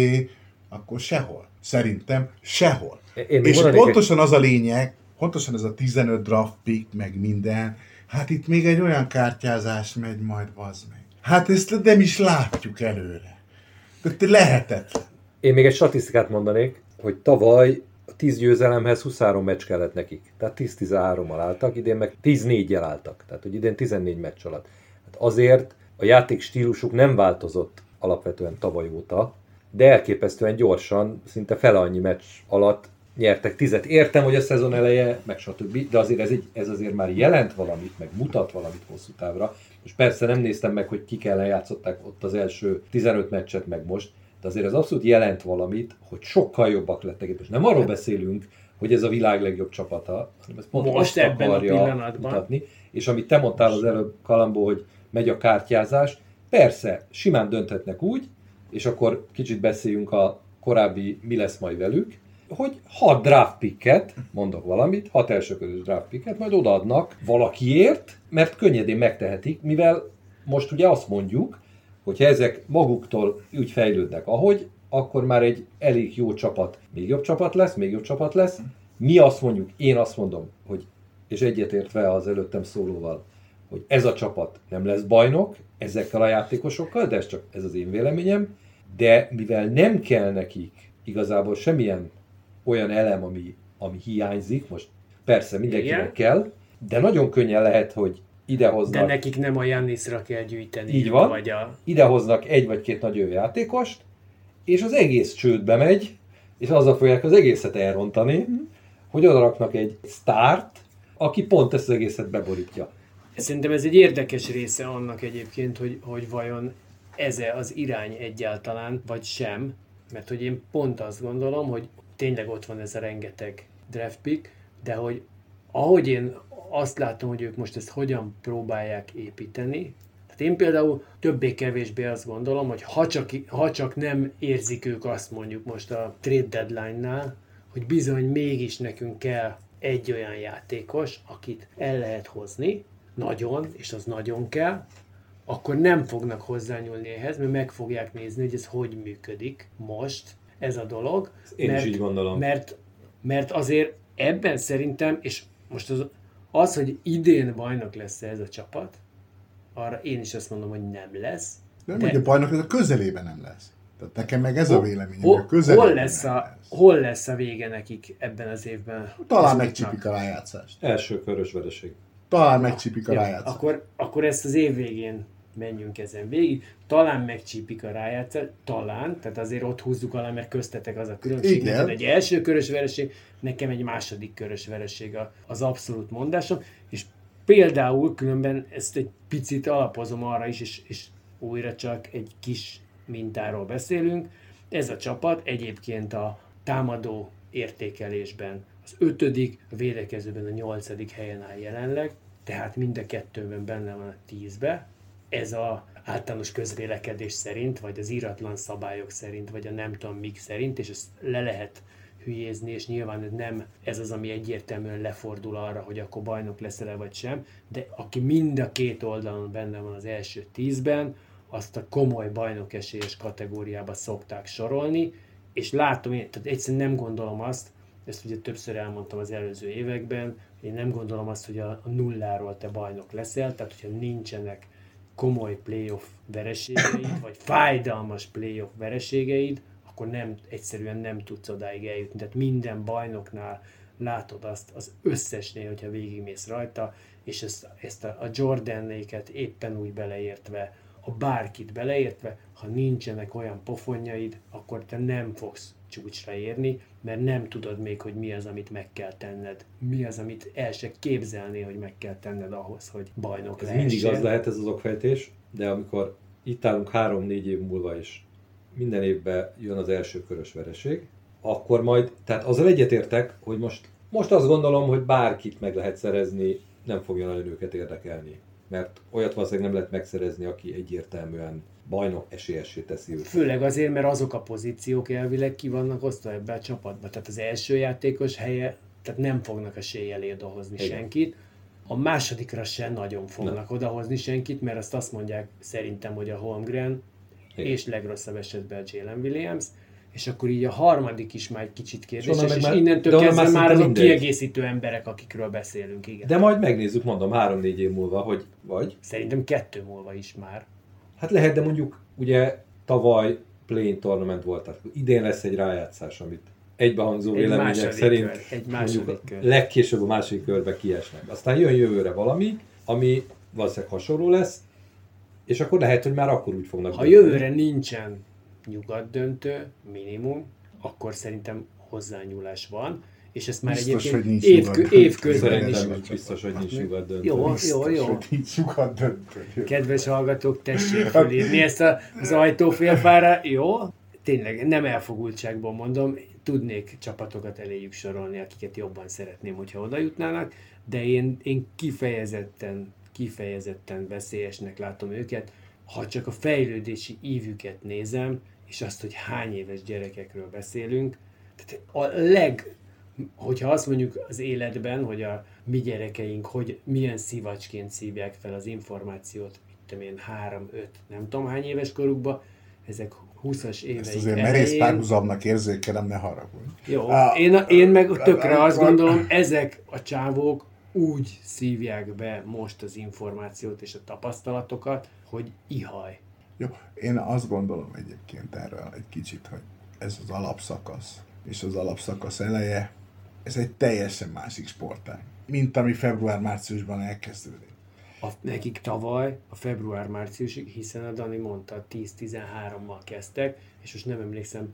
E: akkor sehol. Szerintem sehol. És pontosan az a lényeg, pontosan ez a 15 draft pick, meg minden, hát itt még egy olyan kártyázás megy majd, bazd meg. Hát ezt nem is látjuk előre. De lehetetlen.
D: Én még egy statisztikát mondanék, hogy tavaly a 10 győzelemhez 23 meccs kellett nekik. Tehát 10-13-mal álltak, idén meg 10-4-jel álltak. Tehát, hogy idén 14 meccs alatt. Hát azért a játék stílusuk nem változott alapvetően tavaly óta, de elképesztően gyorsan, szinte fele annyi meccs alatt nyertek 10-et. Értem, hogy a szezon eleje, meg stb., de azért ez azért már jelent valamit, meg mutat valamit hosszú távra. Most persze nem néztem meg, hogy kik ellen játszották ott az első 15 meccset meg most, de azért ez abszolút jelent valamit, hogy sokkal jobbak lettek. És nem arról beszélünk, hogy ez a világ legjobb csapata, hanem ez pont
C: most
D: azt
C: ebben
D: akarja mutatni. És amit te mondtál az előbb, Kalambó, hogy megy a kártyázás, persze, simán dönthetnek úgy, és akkor kicsit beszéljünk a korábbi mi lesz majd velük, hogy 6 draft picket, mondok valamit, 6 elsőkörös draft picket, majd odaadnak valakiért, mert könnyedén megtehetik, mivel most ugye azt mondjuk, hogyha ezek maguktól úgy fejlődnek ahogy, akkor már egy elég jó csapat, még jobb csapat lesz. Mi azt mondjuk, én azt mondom, hogy, és egyetértve az előttem szólóval, hogy ez a csapat nem lesz bajnok ezekkel a játékosokkal, de ez az én véleményem, de mivel nem kell nekik igazából semmilyen olyan elem, ami hiányzik, most persze mindenkinek kell, de nagyon könnyen lehet, hogy idehoznak...
C: De nekik nem a Giannisra kell gyűjteni.
D: Így van, idehoznak egy vagy két nagyon játékost, és az egész csődbe megy, és azzal fogják az egészet elrontani, hogy odaraknak egy sztárt, aki pont ezt az egészet beborítja.
C: Szerintem ez egy érdekes része annak egyébként, hogy vajon ez az irány egyáltalán, vagy sem, mert hogy én pont azt gondolom, hogy tényleg ott van ez a rengeteg draft pick, de hogy ahogy én azt látom, hogy ők most ezt hogyan próbálják építeni, tehát én például többé-kevésbé azt gondolom, hogy ha csak nem érzik ők azt mondjuk most a trade deadline-nál, hogy bizony mégis nekünk kell egy olyan játékos, akit el lehet hozni, nagyon, és az nagyon kell, akkor nem fognak hozzányúlni ehhez, mert meg fogják nézni, hogy ez hogy működik most ez a dolog.
D: Én is így gondolom.
C: Mert azért ebben szerintem, és most az, hogy idén bajnok lesz ez a csapat, arra én is azt mondom, hogy nem lesz.
E: De a bajnok ez a közelében nem lesz. Tehát nekem meg ez a véleményem, hogy a közelében
C: hol lesz a vége nekik ebben az évben?
E: Talán megcsípik a rájátszást.
D: Első körös vereség.
E: Talán megcsípik a rájátszást.
C: Akkor ezt az év végén menjünk ezen végig. Talán megcsípik a rájátszást, tehát azért ott húzzuk alá, mert köztetek az a különbség. Neked egy első körös vereség, nekem egy második körös vereség az abszolút mondásom, és például különben ezt egy picit alapozom arra is, és újra csak egy kis mintáról beszélünk. Ez a csapat egyébként a támadó értékelésben az 5., a védekezőben a 8. helyen áll jelenleg, tehát mind a kettőben benne van a 10-be. Ez az általános közvélekedés szerint, vagy az íratlan szabályok szerint, vagy a nem tudom mik szerint, és ezt le lehet hülyézni, és nyilván nem ez az, ami egyértelműen lefordul arra, hogy akkor bajnok leszel-e vagy sem, de aki mind a két oldalon benne van az első 10-ben, azt a komoly bajnok esélyes kategóriába szokták sorolni, és látom én, tehát egyszerűen nem gondolom azt, ezt ugye többször elmondtam az előző években, én nem gondolom azt, hogy a nulláról te bajnok leszel, tehát hogyha nincsenek komoly playoff vereségeid, vagy fájdalmas playoff vereségeid, akkor egyszerűen nem tudsz odáig eljutni. Tehát minden bajnoknál látod azt, az összesnél, hogyha végigmész rajta, és ezt a Jordanéket éppen úgy beleértve, a bárkit beleértve, ha nincsenek olyan pofonjaid, akkor te nem fogsz csúcsra érni, mert nem tudod még, hogy mi az, amit meg kell tenned. Mi az, amit el se képzelni, hogy meg kell tenned ahhoz, hogy bajnok lehessél.
D: Mindig az lehet ez az okfejtés, de amikor itt állunk 3-4 év múlva is, minden évben jön az első körös vereség, akkor majd, tehát azzal egyetértek, hogy most azt gondolom, hogy bárkit meg lehet szerezni, nem fogja nagyon őket érdekelni. Mert olyat valószínűleg nem lehet megszerezni, aki egyértelműen bajnok esélyessé teszi őt.
C: Főleg azért, mert azok a pozíciók elvileg ki vannak osztva ebbe a csapatba. Tehát az első játékos helye, tehát nem fognak a séj elé odahozni senkit. A másodikra sem nagyon fognak odahozni senkit, mert azt mondják szerintem, hogy a Holmgren, és legrosszabb esetben a Jalen Williams, és akkor így a harmadik is már egy kicsit kérdéses, és innentől kezdve már azok kiegészítő emberek, akikről beszélünk, igen.
D: De majd megnézzük, mondom, 3-4 év múlva, hogy vagy.
C: Szerintem 2 múlva is már.
D: Hát lehet, de mondjuk ugye tavaly play-in tournament volt, tehát idén lesz egy rájátszás, amit egybehangzó vélemények szerint legkésőbb a második körbe kiesnek. Aztán jön jövőre valami, ami valószínűleg hasonló lesz, és akkor lehet, hogy már akkor úgy fognak
C: Ha jövőre nincsen nyugatdöntő, minimum, akkor szerintem hozzányúlás van, és ezt már
E: biztos,
C: egyébként évközben is.
D: Biztos, hogy nincs nyugatdöntő.
C: Jó. Kedves hallgatók, tessék fölírni ezt az ajtófélfára. Jó, tényleg nem elfogultságból mondom, tudnék csapatokat eléjük sorolni, akiket jobban szeretném, hogyha oda jutnának, de én kifejezetten veszélyesnek látom őket, ha csak a fejlődési ívüket nézem, és azt, hogy hány éves gyerekekről beszélünk. Tehát hogyha azt mondjuk az életben, hogy a mi gyerekeink, hogy milyen szivacsként szívják fel az információt, én 3-5, nem tudom hány éves korukban, ezek 20-as éveik
E: ezt azért merész párhuzamnak érzékelem, ne haragudj.
C: Jó, én meg tökre azt gondolom, ezek a csávók úgy szívják be most az információt és a tapasztalatokat, hogy ihaj.
E: Jó, én azt gondolom egyébként erről egy kicsit, hogy ez az alapszakasz és az alapszakasz eleje, ez egy teljesen másik sportág, mint ami február-márciusban elkezdődik.
C: Nekik tavaly a február-márciusig, hiszen a Dani mondta, 10-13-mal kezdtek, és most nem emlékszem,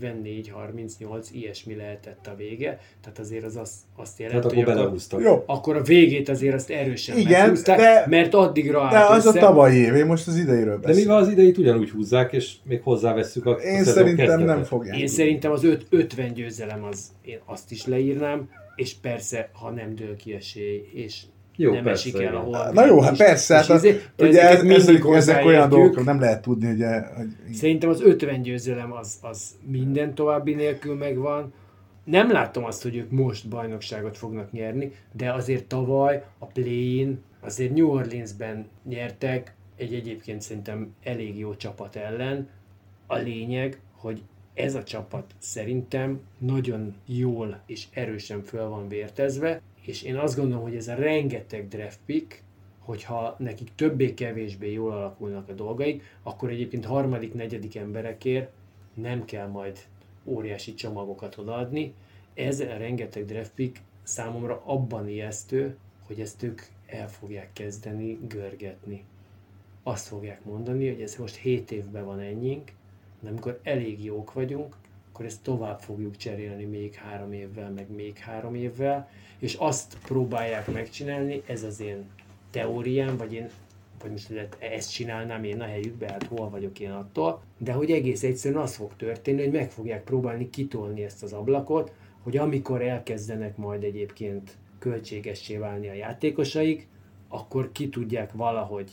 C: 44-38, ilyesmi lehetett a vége, tehát azért az azt jelenti,
D: hogy
C: akkor a végét azért azt erősen meghúzták, mert addigra állt
E: az össze. A tavalyi év, én most az ideiről beszélek.
D: De mivel az ideit ugyanúgy húzzák, és még hozzávesszük a
E: én szerintem nem fogják.
C: Én szerintem az 50 győzelem, én azt is leírnám, és persze, ha nem dől ki esély, és
D: jó,
C: nem
D: persze,
C: esik el a Holmgren.
E: Na jó, hát persze, hát ugye ezek olyan dolgok, nem lehet tudni, hogy...
C: Szerintem az 50 győzelem az minden további nélkül megvan. Nem látom azt, hogy ők most bajnokságot fognak nyerni, de azért tavaly a play-in, azért New Orleansben nyertek egy egyébként szerintem elég jó csapat ellen. A lényeg, hogy ez a csapat szerintem nagyon jól és erősen föl van vértezve, és én azt gondolom, hogy ez a rengeteg draft pick, hogyha nekik többé-kevésbé jól alakulnak a dolgaik, akkor egyébként harmadik, negyedik emberekért nem kell majd óriási csomagokat odaadni. Ez a rengeteg draft pick számomra abban ijesztő, hogy ezt ők el fogják kezdeni görgetni. Azt fogják mondani, hogy ez most 7 évben van ennyink, de amikor elég jók vagyunk, akkor ezt tovább fogjuk cserélni még 3 évvel, meg még 3 évvel, és azt próbálják megcsinálni, ez az én teóriám, vagy most ezt csinálnám én a helyükbe, hát hol vagyok én attól, de hogy egész egyszerűen az fog történni, hogy meg fogják próbálni kitolni ezt az ablakot, hogy amikor elkezdenek majd egyébként költségessé válni a játékosaik, akkor ki tudják valahogy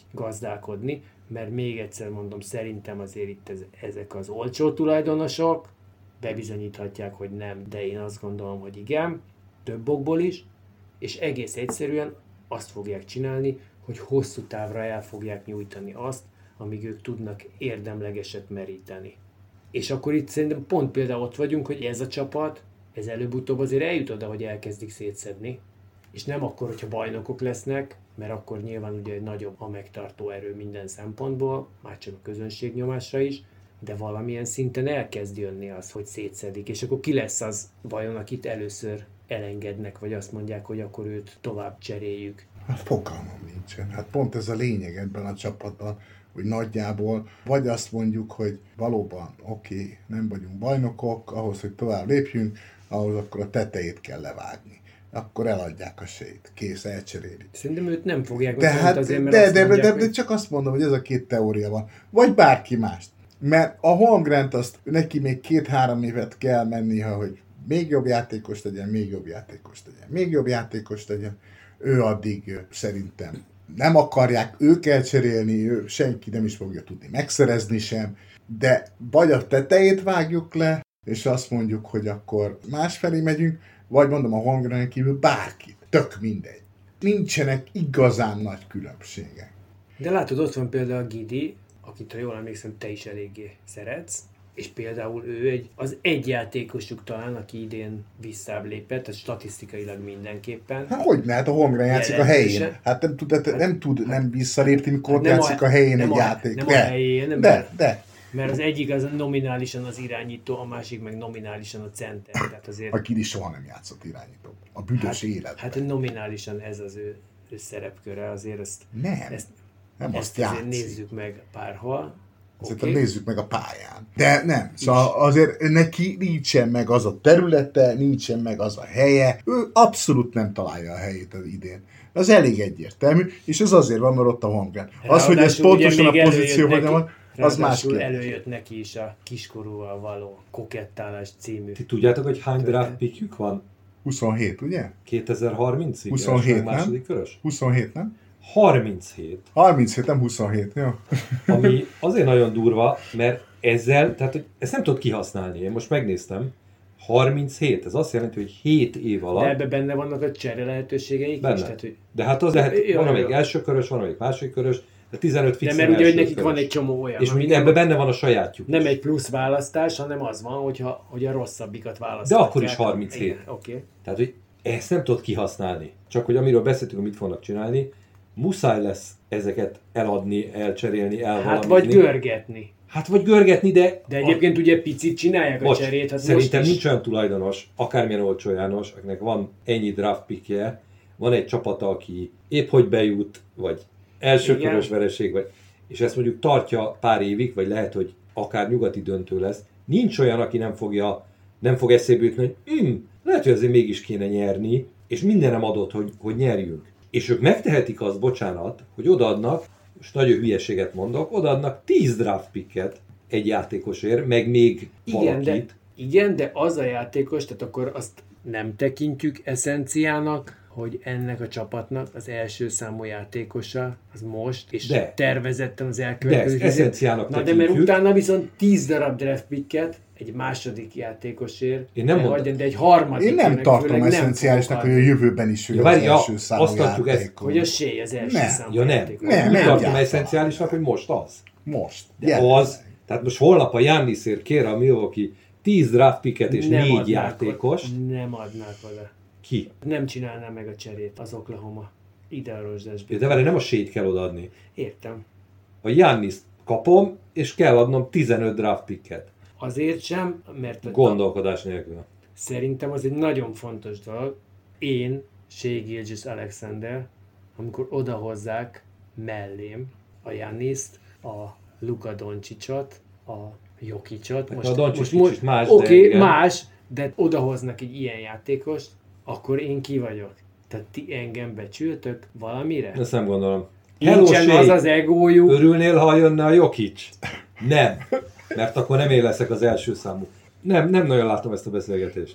C: gazdálkodni, mert még egyszer mondom, szerintem azért itt ezek az olcsó tulajdonosok bebizonyíthatják, hogy nem, de én azt gondolom, hogy igen, több okból is, és egész egyszerűen azt fogják csinálni, hogy hosszú távra el fogják nyújtani azt, amíg ők tudnak érdemlegeset meríteni. És akkor itt szerintem pont például ott vagyunk, hogy ez a csapat, ez előbb-utóbb azért eljut oda, hogy elkezdik szétszedni. És nem akkor, hogyha bajnokok lesznek, mert akkor nyilván ugye nagyobb a megtartó erő minden szempontból, már csak a közönség nyomásra is, de valamilyen szinten elkezd jönni az, hogy szétszedik, és akkor ki lesz az vajon, akit először elengednek, vagy azt mondják, hogy akkor őt tovább cseréljük.
E: Hát fogalmam nincsen. Hát pont ez a lényeg ebben a csapatban, hogy nagyjából vagy azt mondjuk, hogy valóban oké, nem vagyunk bajnokok, ahhoz, hogy tovább lépjünk, ahhoz akkor a tetejét kell levágni. Akkor eladják a séjt, kész, elcserélik.
C: Szerintem őt nem fogják,
E: de csak azt mondom, hogy ez a két teória van. Vagy bárki mást. Mert a Holmgrent azt neki még 2-3 évet kell mennie, hogy még jobb játékos legyen, még jobb játékos legyen, még jobb játékos legyen. Ő addig szerintem nem akarják, ő kell cserélni, senki nem is fogja tudni megszerezni sem, de vagy a tetejét vágjuk le, és azt mondjuk, hogy akkor másfelé megyünk, vagy mondom a Holmgrenen kívül bárkit, tök mindegy. Nincsenek igazán nagy különbségek.
C: De látod, ott van például a Gidi, akit, ha jól emlékszem, te is eléggé szeretsz, és például ő az egy játékosuk talán, aki idén visszább lépett, tehát statisztikailag mindenképpen.
E: Hát hogy ne? Hát a Holmgren játszik a helyén. Hát nem tud visszalépni, mikor játszik a helyén egy játék.
C: Nem a helyén,
E: de.
C: Mert az egyik az nominálisan az irányító, a másik meg nominálisan a center. Tehát azért...
E: A Gidi soha nem játszott irányító. A büdös életben.
C: Hát nominálisan ez az ő szerepköre, azért
E: nem
C: ezt azért nézzük meg párhol.
E: Szerintem nézzük meg a pályán. De nem, szóval azért neki nincsen meg az a területe, nincsen meg az a helye. Ő abszolút nem találja a helyét az idén. Az elég egyértelmű, és ez azért van, mert ott a Holmgren. Az, hogy ez pontosan a pozíció hogyan van, az más kérdés.
C: Előjött neki is a kiskorúval való kokettálás című.
D: Ti tudjátok, hogy hány draft pickjük van?
E: 27, ugye?
D: 2030-ig?
E: 27,
D: második körös?
E: 27, nem?
D: 37.
E: 37, nem 27, jó?
D: Ami azért nagyon durva, mert ezzel, tehát hogy ezt nem tudod kihasználni. Én most megnéztem, 37, ez azt jelenti, hogy 7 év alatt...
C: De ebben benne vannak a csere lehetőségeik
D: benne.
C: is? Tehát, hogy...
D: De hát az lehet, van amelyik első körös, van amelyik második körös, de 15 fixen.
C: De mert ugye, hogy nekik van egy csomó olyan.
D: És ebben benne van a sajátjuk.
C: Nem egy plusz választás, hanem az van, hogy a rosszabbikat választják.
D: De akkor is 37.
C: Igen, okay.
D: Tehát, hogy ezt nem tudod kihasználni. Csak hogy amiről beszéltünk, mit fognak csinálni, muszáj lesz ezeket eladni, elcserélni,
C: Hát vagy görgetni.
D: Hát vagy görgetni, de
C: egyébként ugye picit csinálják a cserét. Hát
D: szerintem nincs olyan tulajdonos, akármilyen olcsó János, akinek van ennyi draft pickje, van egy csapata, aki épp hogy bejut, vagy elsőkörös vereség, vagy, és ezt mondjuk tartja pár évig, vagy lehet, hogy akár nyugati döntő lesz. Nincs olyan, aki nem fog eszébe jutni, hogy lehet, hogy azért mégis kéne nyerni, és minden nem adott, hogy nyerjünk. És ők megtehetik azt, bocsánat, hogy odaadnak, most nagyon hülyeséget mondok, odaadnak 10 draft picket egy játékosért, meg még valakit.
C: Igen, de az a játékos, tehát akkor azt nem tekintjük eszenciának, hogy ennek a csapatnak az első számú játékosa az most, és tervezetten az elkövetkező.
D: De eszenciának tekintjük.
C: De mert utána viszont 10 darab draft picket egy második játékosért,
D: én nem mondom,
C: de egy harmadik.
E: Én nem tartom eszenciálisnak, hogy a jövőben is ő az első számú játékos.
C: Hogy a Shea az első számú játékos.
D: Nem tartom eszenciálisnak, hogy most az.
E: Most.
D: De az. Tehát most holnap a Giannisért kér a Milwaukee 10 draft picket és 4 játékos.
C: Nem adnák oda.
D: Ki?
C: Nem csinálná meg a cserét az Oklahoma. Ide a rozsdásba.
D: De vele nem a Shea-t kell odaadni.
C: Értem.
D: A Giannist kapom, és kell adnom 15 draft picket.
C: Azért sem, mert...
D: Gondolkodás nélkül.
C: Szerintem az egy nagyon fontos dolog. Én, Shea Gilgeous-Alexander, amikor odahozzák mellém a Giannist, a Luka Doncsicsot, a Jokicot.
D: A Doncic más,
C: más, de odahoznak egy ilyen játékost, akkor én ki vagyok. Tehát ti engem becsültök valamire?
D: Ezt nem gondolom.
C: Nincsen az az egójuk.
D: Örülnél, ha jönne a Jokic? Nem. Mert akkor nem én leszek az első számú. Nem nagyon látom ezt a beszélgetést.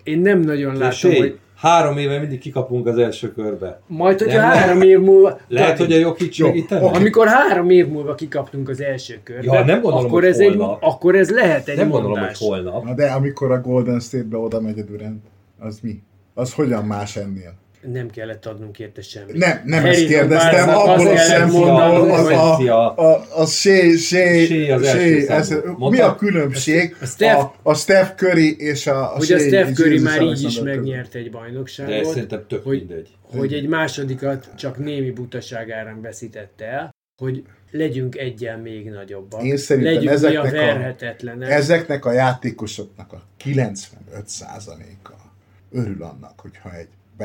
C: én nem nagyon látom, hogy
D: 3 éve mindig kikapunk az első körbe.
C: majd, hogyha 3 év múlva...
D: Lehet, hogy a Jokic segítenek?
C: Amikor 3 év múlva kikaptunk az első körbe,
D: Ja, nem gondolom,
C: akkor,
D: hogy
C: akkor ez lehet egy
D: nem
C: mondás.
D: gondolom, hogy holnap.
E: Na de amikor a Golden State-be oda megy a Durant, az mi? Az hogyan más ennél?
C: Nem kellett adnunk érte semmit.
E: Nem ezt
C: Harry
E: kérdeztem,
C: Barnes-nak
E: abból a
C: azt kellett
E: szempontból
C: mondanom,
E: az Shea,
D: az első számú.
E: mi a különbség a Steph Curry és a
C: hogy a Steph Curry
E: Jesus
C: már így is
E: Alexander
C: megnyerte egy
D: De
C: bajnokságot,
D: szerintem tök mindegy.
C: hogy egy másodikat csak némi butaságára veszítette el, hogy legyünk egyen még nagyobbak.
E: Én szerintem
C: legyünk mi a verhetetlenek.
E: ezeknek a játékosoknak a 95%-a örül annak, hogyha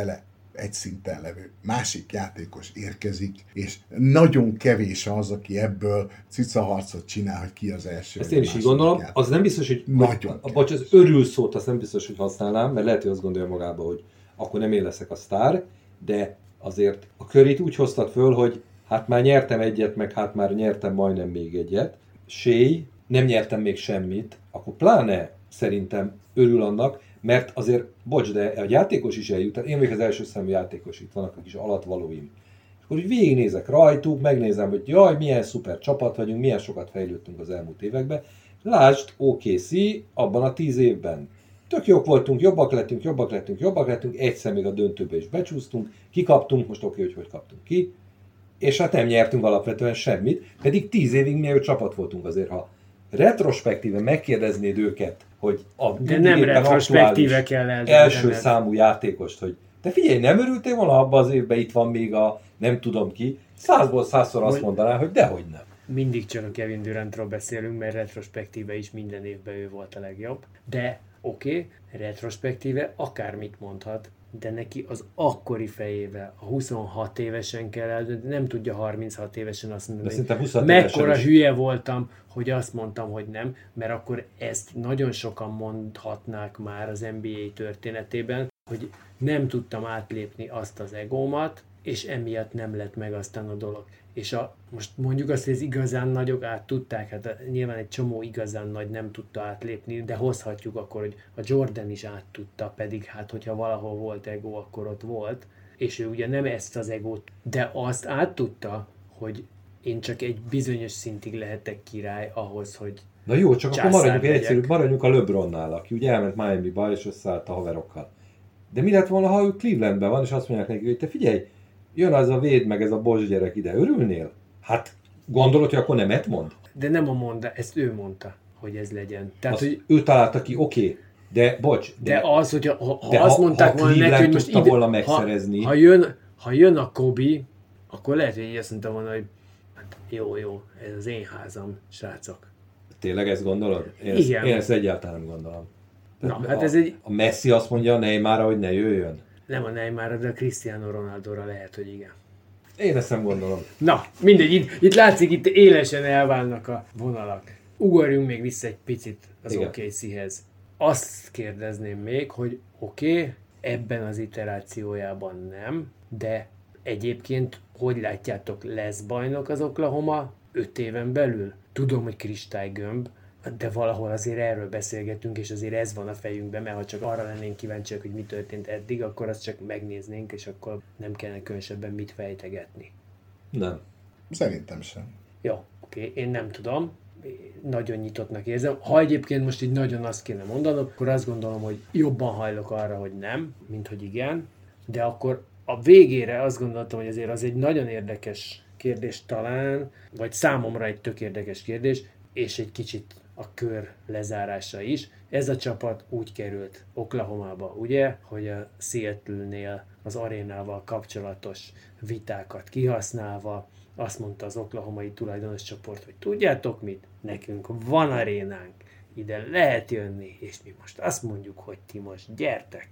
E: egy szinten levő másik játékos érkezik, és nagyon kevés az, aki ebből cicaharcot csinál, hogy ki az első.
D: Ezt én is így gondolom.
E: játékos.
D: Az nem biztos, hogy bocs, az örül szót, azt nem biztos, hogy használnám, mert lehet, hogy azt gondolja magába, hogy akkor nem én leszek a sztár, de azért a Curryt úgy hoztad föl, hogy hát már nyertem egyet, meg hát már nyertem majdnem még egyet. Shea, nem nyertem még semmit, akkor pláne szerintem örül annak, mert azért, bocs, de a játékos is eljut, én vagyok az első számú játékos, itt vannak a kis alatvalóim. És akkor úgy végignézek rajtuk, megnézem, hogy jaj, milyen szuper csapat vagyunk, milyen sokat fejlődtünk az elmúlt években. Lásd, OKC abban a 10 évben. Tök jók voltunk, jobbak lettünk, egyszer még a döntőbe is becsúsztunk, kikaptunk, most oké, hogy kaptunk ki, és hát nem nyertünk alapvetően semmit, pedig 10 évig mielőtt csapat voltunk azért, ha retrospektíve megkérdeznéd őket, hogy a
C: de nem retrospektíve kell
D: első számú játékost, hogy te figyelj, nem örültél volna abban az évben, itt van még a nem tudom ki, 100-ból 100-szor azt mondaná, hogy dehogy nem.
C: Mindig csak a Kevin Durantról beszélünk, mert retrospektíve is minden évben ő volt a legjobb. De oké, retrospektíve akármit mondhat, de neki az akkori fejével, a 26 évesen kell nem tudja 36 évesen azt mondani, hogy mekkora hülye voltam, hogy azt mondtam, hogy nem, mert akkor ezt nagyon sokan mondhatnák már az NBA történetében, hogy nem tudtam átlépni azt az egómat, és emiatt nem lett meg aztán a dolog. És most mondjuk azt, hogy az igazán nagyok át tudták, hát nyilván egy csomó igazán nagy nem tudta átlépni, de hozhatjuk akkor, hogy a Jordan is át tudta, pedig hát hogyha valahol volt ego, akkor ott volt, és ő ugye nem ezt az egót, de azt át tudta, hogy én csak egy bizonyos szintig lehetek király ahhoz, hogy
D: na jó, csak akkor maradjunk a LeBronnál, aki ugye elment Miami-ba és összeállt a haverokkal. De mi lett volna, ha ő Clevelandben van, és azt mondják neki, hogy te figyelj, jön az a véd, meg ez a Bosch gyerek ide, örülnél? Hát gondolod, hogy akkor nemet mond?
C: De nem a mondta, ezt ő mondta, hogy ez legyen. Tehát, hogy
D: ő találta ki, oké, de bocs.
C: De az, hogy ha azt mondták volna neki, hogy most ide,
D: volna megszerezni.
C: Ha jön a Kobe, akkor lehet, hogy így azt mondta volna, hogy hát jó, ez az én házam, srácok.
D: Tényleg ezt gondolod?
C: Igen.
D: Én ezt egyáltalán nem gondolom.
C: Na, hát ez egy...
D: A Messi azt mondja a Neymarra, hogy ne jöjjön?
C: Nem a Neymarra, de a Cristiano Ronaldóra lehet, hogy igen.
D: Én ezt nem gondolom.
C: Na, mindegy, itt látszik, itt élesen elválnak a vonalak. Ugorjunk még vissza egy picit az OKC-hez. Azt kérdezném még, hogy oké, ebben az iterációjában nem, de egyébként hogy látjátok, lesz bajnok az Oklahoma 5 éven belül? Tudom, hogy kristálygömb, de valahol azért erről beszélgetünk, és azért ez van a fejünkben, mert ha csak arra lennénk kíváncsiak, hogy mi történt eddig, akkor azt csak megnéznénk, és akkor nem kellene különösebben mit fejtegetni.
D: Nem.
E: Szerintem sem.
C: Jó, oké, én nem tudom. Nagyon nyitottnak érzem. Ha egyébként most így nagyon azt kéne mondanom, akkor azt gondolom, hogy jobban hajlok arra, hogy nem, mint hogy igen, de akkor a végére azt gondoltam, hogy azért az egy nagyon érdekes kérdés talán, vagy számomra egy tök érdekes kérdés, és egy kicsit a kör lezárása is. Ez a csapat úgy került Oklahomába, ugye, hogy a Seattle-nél az arénával kapcsolatos vitákat kihasználva azt mondta az oklahomai tulajdonos csoport, hogy tudjátok mit? Nekünk van arénánk, ide lehet jönni, és mi most azt mondjuk, hogy ti most gyertek.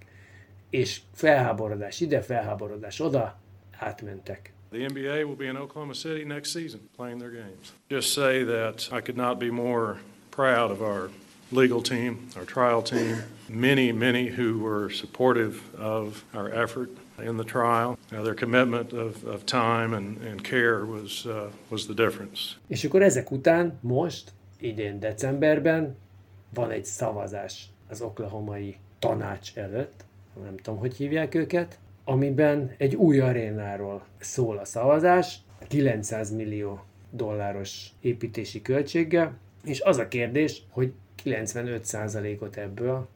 C: És felháborodás ide, felháborodás oda, átmentek.
A: The NBA will be in Oklahoma City next season playing their games. Just say that I could not be more proud of our legal team, our trial team, many who were supportive of our effort in the trial. Their commitment of time and care was the difference.
C: És akkor ezek után most, idén decemberben van egy szavazás az oklahomai tanács előtt, nem tudom, hogy hívják őket, amiben egy új arénáról szól a szavazás, $900 millió építési költséggel, és az a kérdés, hogy 95%-ot ebből,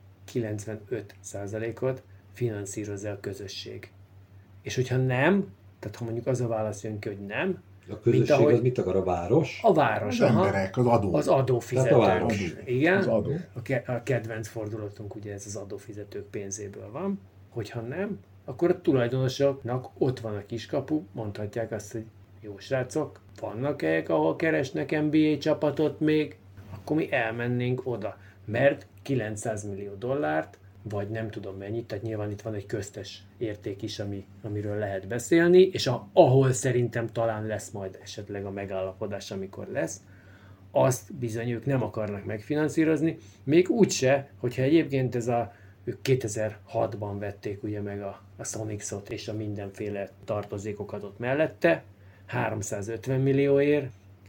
C: 95%-ot finanszírozza a közösség. És hogyha nem, tehát ha mondjuk az a válasz jön ki, hogy nem,
D: a közösség ahogy, az mit akar, a város?
C: A város,
E: az emberek, az adó.
C: Az adófizetők. Igen,
E: az adó.
C: A kedvenc fordulatunk ugye ez az adófizetők pénzéből van. Hogyha nem, akkor a tulajdonosoknak ott van a kiskapu, mondhatják azt, hogy jó srácok, vannak helyek, ahol keresnek NBA csapatot még, akkor mi elmennénk oda. Mert $900 millió, vagy nem tudom mennyit, tehát nyilván itt van egy köztes érték is, amiről lehet beszélni, és ahol szerintem talán lesz majd esetleg a megállapodás, amikor lesz, azt bizony ők nem akarnak megfinanszírozni, még úgyse, hogyha egyébként ők 2006-ban vették ugye meg a Sonicsot és a mindenféle tartozékokat ott mellette, 350 millióért,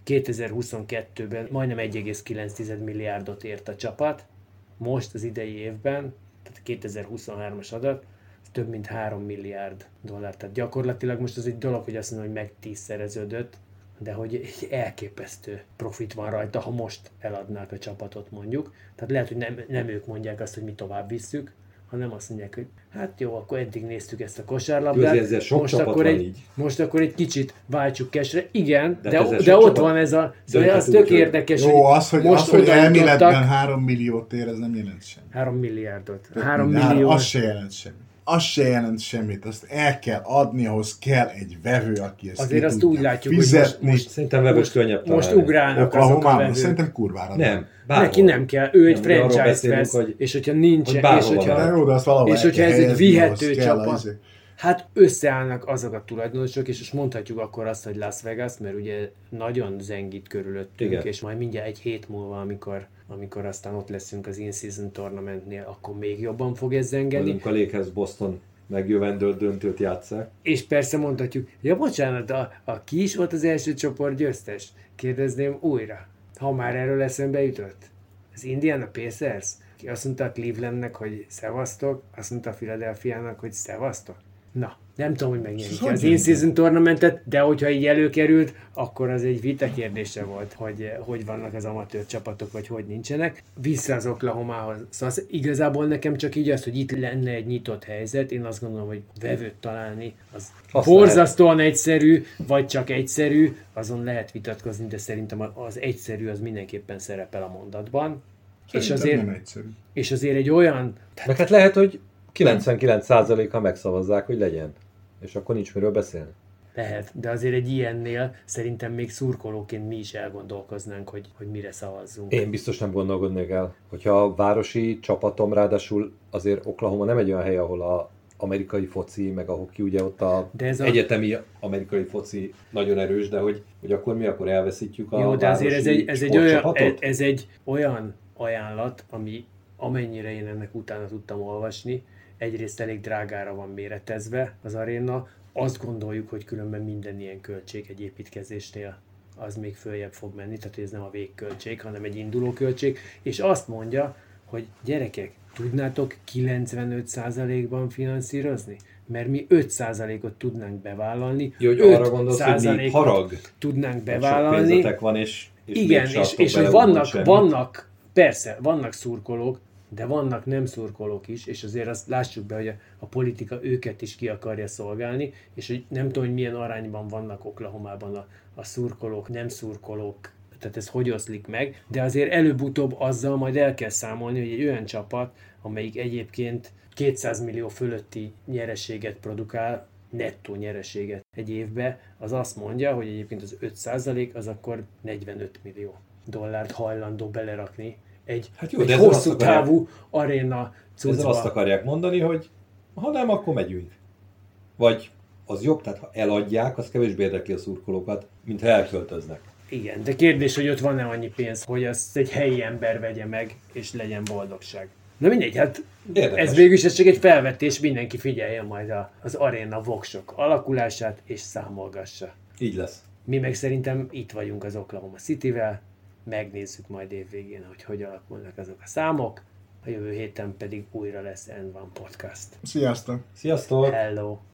C: 2022-ben majdnem 1,9 milliárdot ért a csapat, most az idei évben, tehát 2023-as adat, több mint $3 milliárd. Tehát gyakorlatilag most az egy dolog, hogy azt mondom, hogy meg 10-szereződött, de hogy egy elképesztő profit van rajta, ha most eladnák a csapatot mondjuk. Tehát lehet, hogy nem ők mondják azt, hogy mi tovább visszük, hanem azt mondják, hogy hát jó, akkor eddig néztük ezt a kosárlabdát, most akkor egy kicsit váltsuk cashre. Igen, de ott van ez a... Szóval az tök érdekes,
E: jó, hogy elméletben 3 milliót ér, ez nem jelent semmit.
C: 3 milliárdot. 3 millió.
E: Az se jelent semmit. Az se jelent semmit, azt el kell adni, ahhoz kell egy vevő, aki ezt
C: azért azt úgy látjuk,
E: fizetni.
C: Hogy most
D: szerintem vevős könnyebb találni.
C: Most ugrálnak azok a vevők.
E: Szerintem kurvára.
D: Nem.
C: Neki nem kell, ő egy franchise vesz, és hogyha nincsen, és hogyha ez egy vihető csapat, hát összeállnak azok a tulajdonosok, és most mondhatjuk akkor azt, hogy Las Vegas, mert ugye nagyon zengít körülöttünk, igen. És majd mindjárt egy hét múlva, amikor aztán ott leszünk az In-Season Tournamentnél, akkor még jobban fog ez zengeni.
D: Vagyunk a Lakers Boston megjövendő döntőt játsszák.
C: És persze mondhatjuk, ja bocsánat, ki is volt az első csoport győztes? Kérdezném újra, ha már erről eszembe jutott. Az Indiana Pacers? Ki azt mondta a Clevelandnek, hogy szevasztok, azt mondta a Philadelphiának, hogy szevasztok. Na, nem tudom, hogy megnyerjük az In-Season Tournamentet, de hogyha így előkerült, akkor az egy vita kérdése volt, hogy vannak az amatőr csapatok, vagy hogy nincsenek. Vissza az Oklahomához. Szóval igazából nekem csak így az, hogy itt lenne egy nyitott helyzet, én azt gondolom, hogy vevőt találni, az borzasztóan egyszerű, vagy csak egyszerű, azon lehet vitatkozni, de szerintem az egyszerű az mindenképpen szerepel a mondatban. És azért egy olyan...
D: Meg hát lehet, hogy 99%-a megszavazzák, hogy legyen. És akkor nincs miről beszélni.
C: Lehet, de azért egy ilyennél szerintem még szurkolóként mi is elgondolkoznánk, hogy mire szavazzunk.
D: Én biztos nem gondolkodnék el. Hogyha a városi csapatom, ráadásul azért Oklahoma nem egy olyan hely, ahol az amerikai foci, meg a hoki, ugye ott egyetemi amerikai foci nagyon erős, de hogy akkor mi akkor elveszítjük a
C: jó, de
D: azért
C: ez egy olyan ajánlat, ami amennyire én ennek utána tudtam olvasni, egyrészt elég drágára van méretezve az aréna, azt gondoljuk, hogy különben minden ilyen költség egy építkezésnél az még följebb fog menni, tehát ez nem a végköltség, hanem egy induló költség, és azt mondja, hogy gyerekek, tudnátok 95%-ban finanszírozni? Mert mi 5%-ot tudnánk bevállalni,
D: jó, hogy arra gondolsz, hogy még harag,
C: tudnánk bevállalni.
D: Sok van, és
C: igen, és hogy vannak, persze, vannak szurkolók, de vannak nem szurkolók is, és azért azt lássuk be, hogy a politika őket is ki akarja szolgálni, és hogy nem tudom, hogy milyen arányban vannak Oklahomában a szurkolók, nem szurkolók, tehát ez hogy oszlik meg, de azért előbb-utóbb azzal majd el kell számolni, hogy egy olyan csapat, amelyik egyébként 200 millió fölötti nyereséget produkál, nettó nyereséget egy évbe, az azt mondja, hogy egyébként az 5% az akkor $45 millió hajlandó belerakni egy hosszú távú aréna cuccba.
D: Ezzel azt akarják mondani, hogy ha nem, akkor megyünk. Vagy az jobb, tehát ha eladják, az kevésbé érdekli a szurkolókat, mint ha elköltöznek.
C: Igen, de kérdés, hogy ott van-e annyi pénz, hogy azt egy helyi ember vegye meg, és legyen boldogság. Na mindegy, hát érdekes. Ez végül is csak egy felvetés, mindenki figyelje majd az aréna voksok alakulását, és számolgassa.
D: Így lesz.
C: Mi meg szerintem itt vagyunk az Oklahoma Cityvel, megnézzük majd évvégén, hogy alakulnak azok a számok, a jövő héten pedig újra lesz N1 Podcast.
E: Sziasztok!
D: Sziasztok!
C: Hello!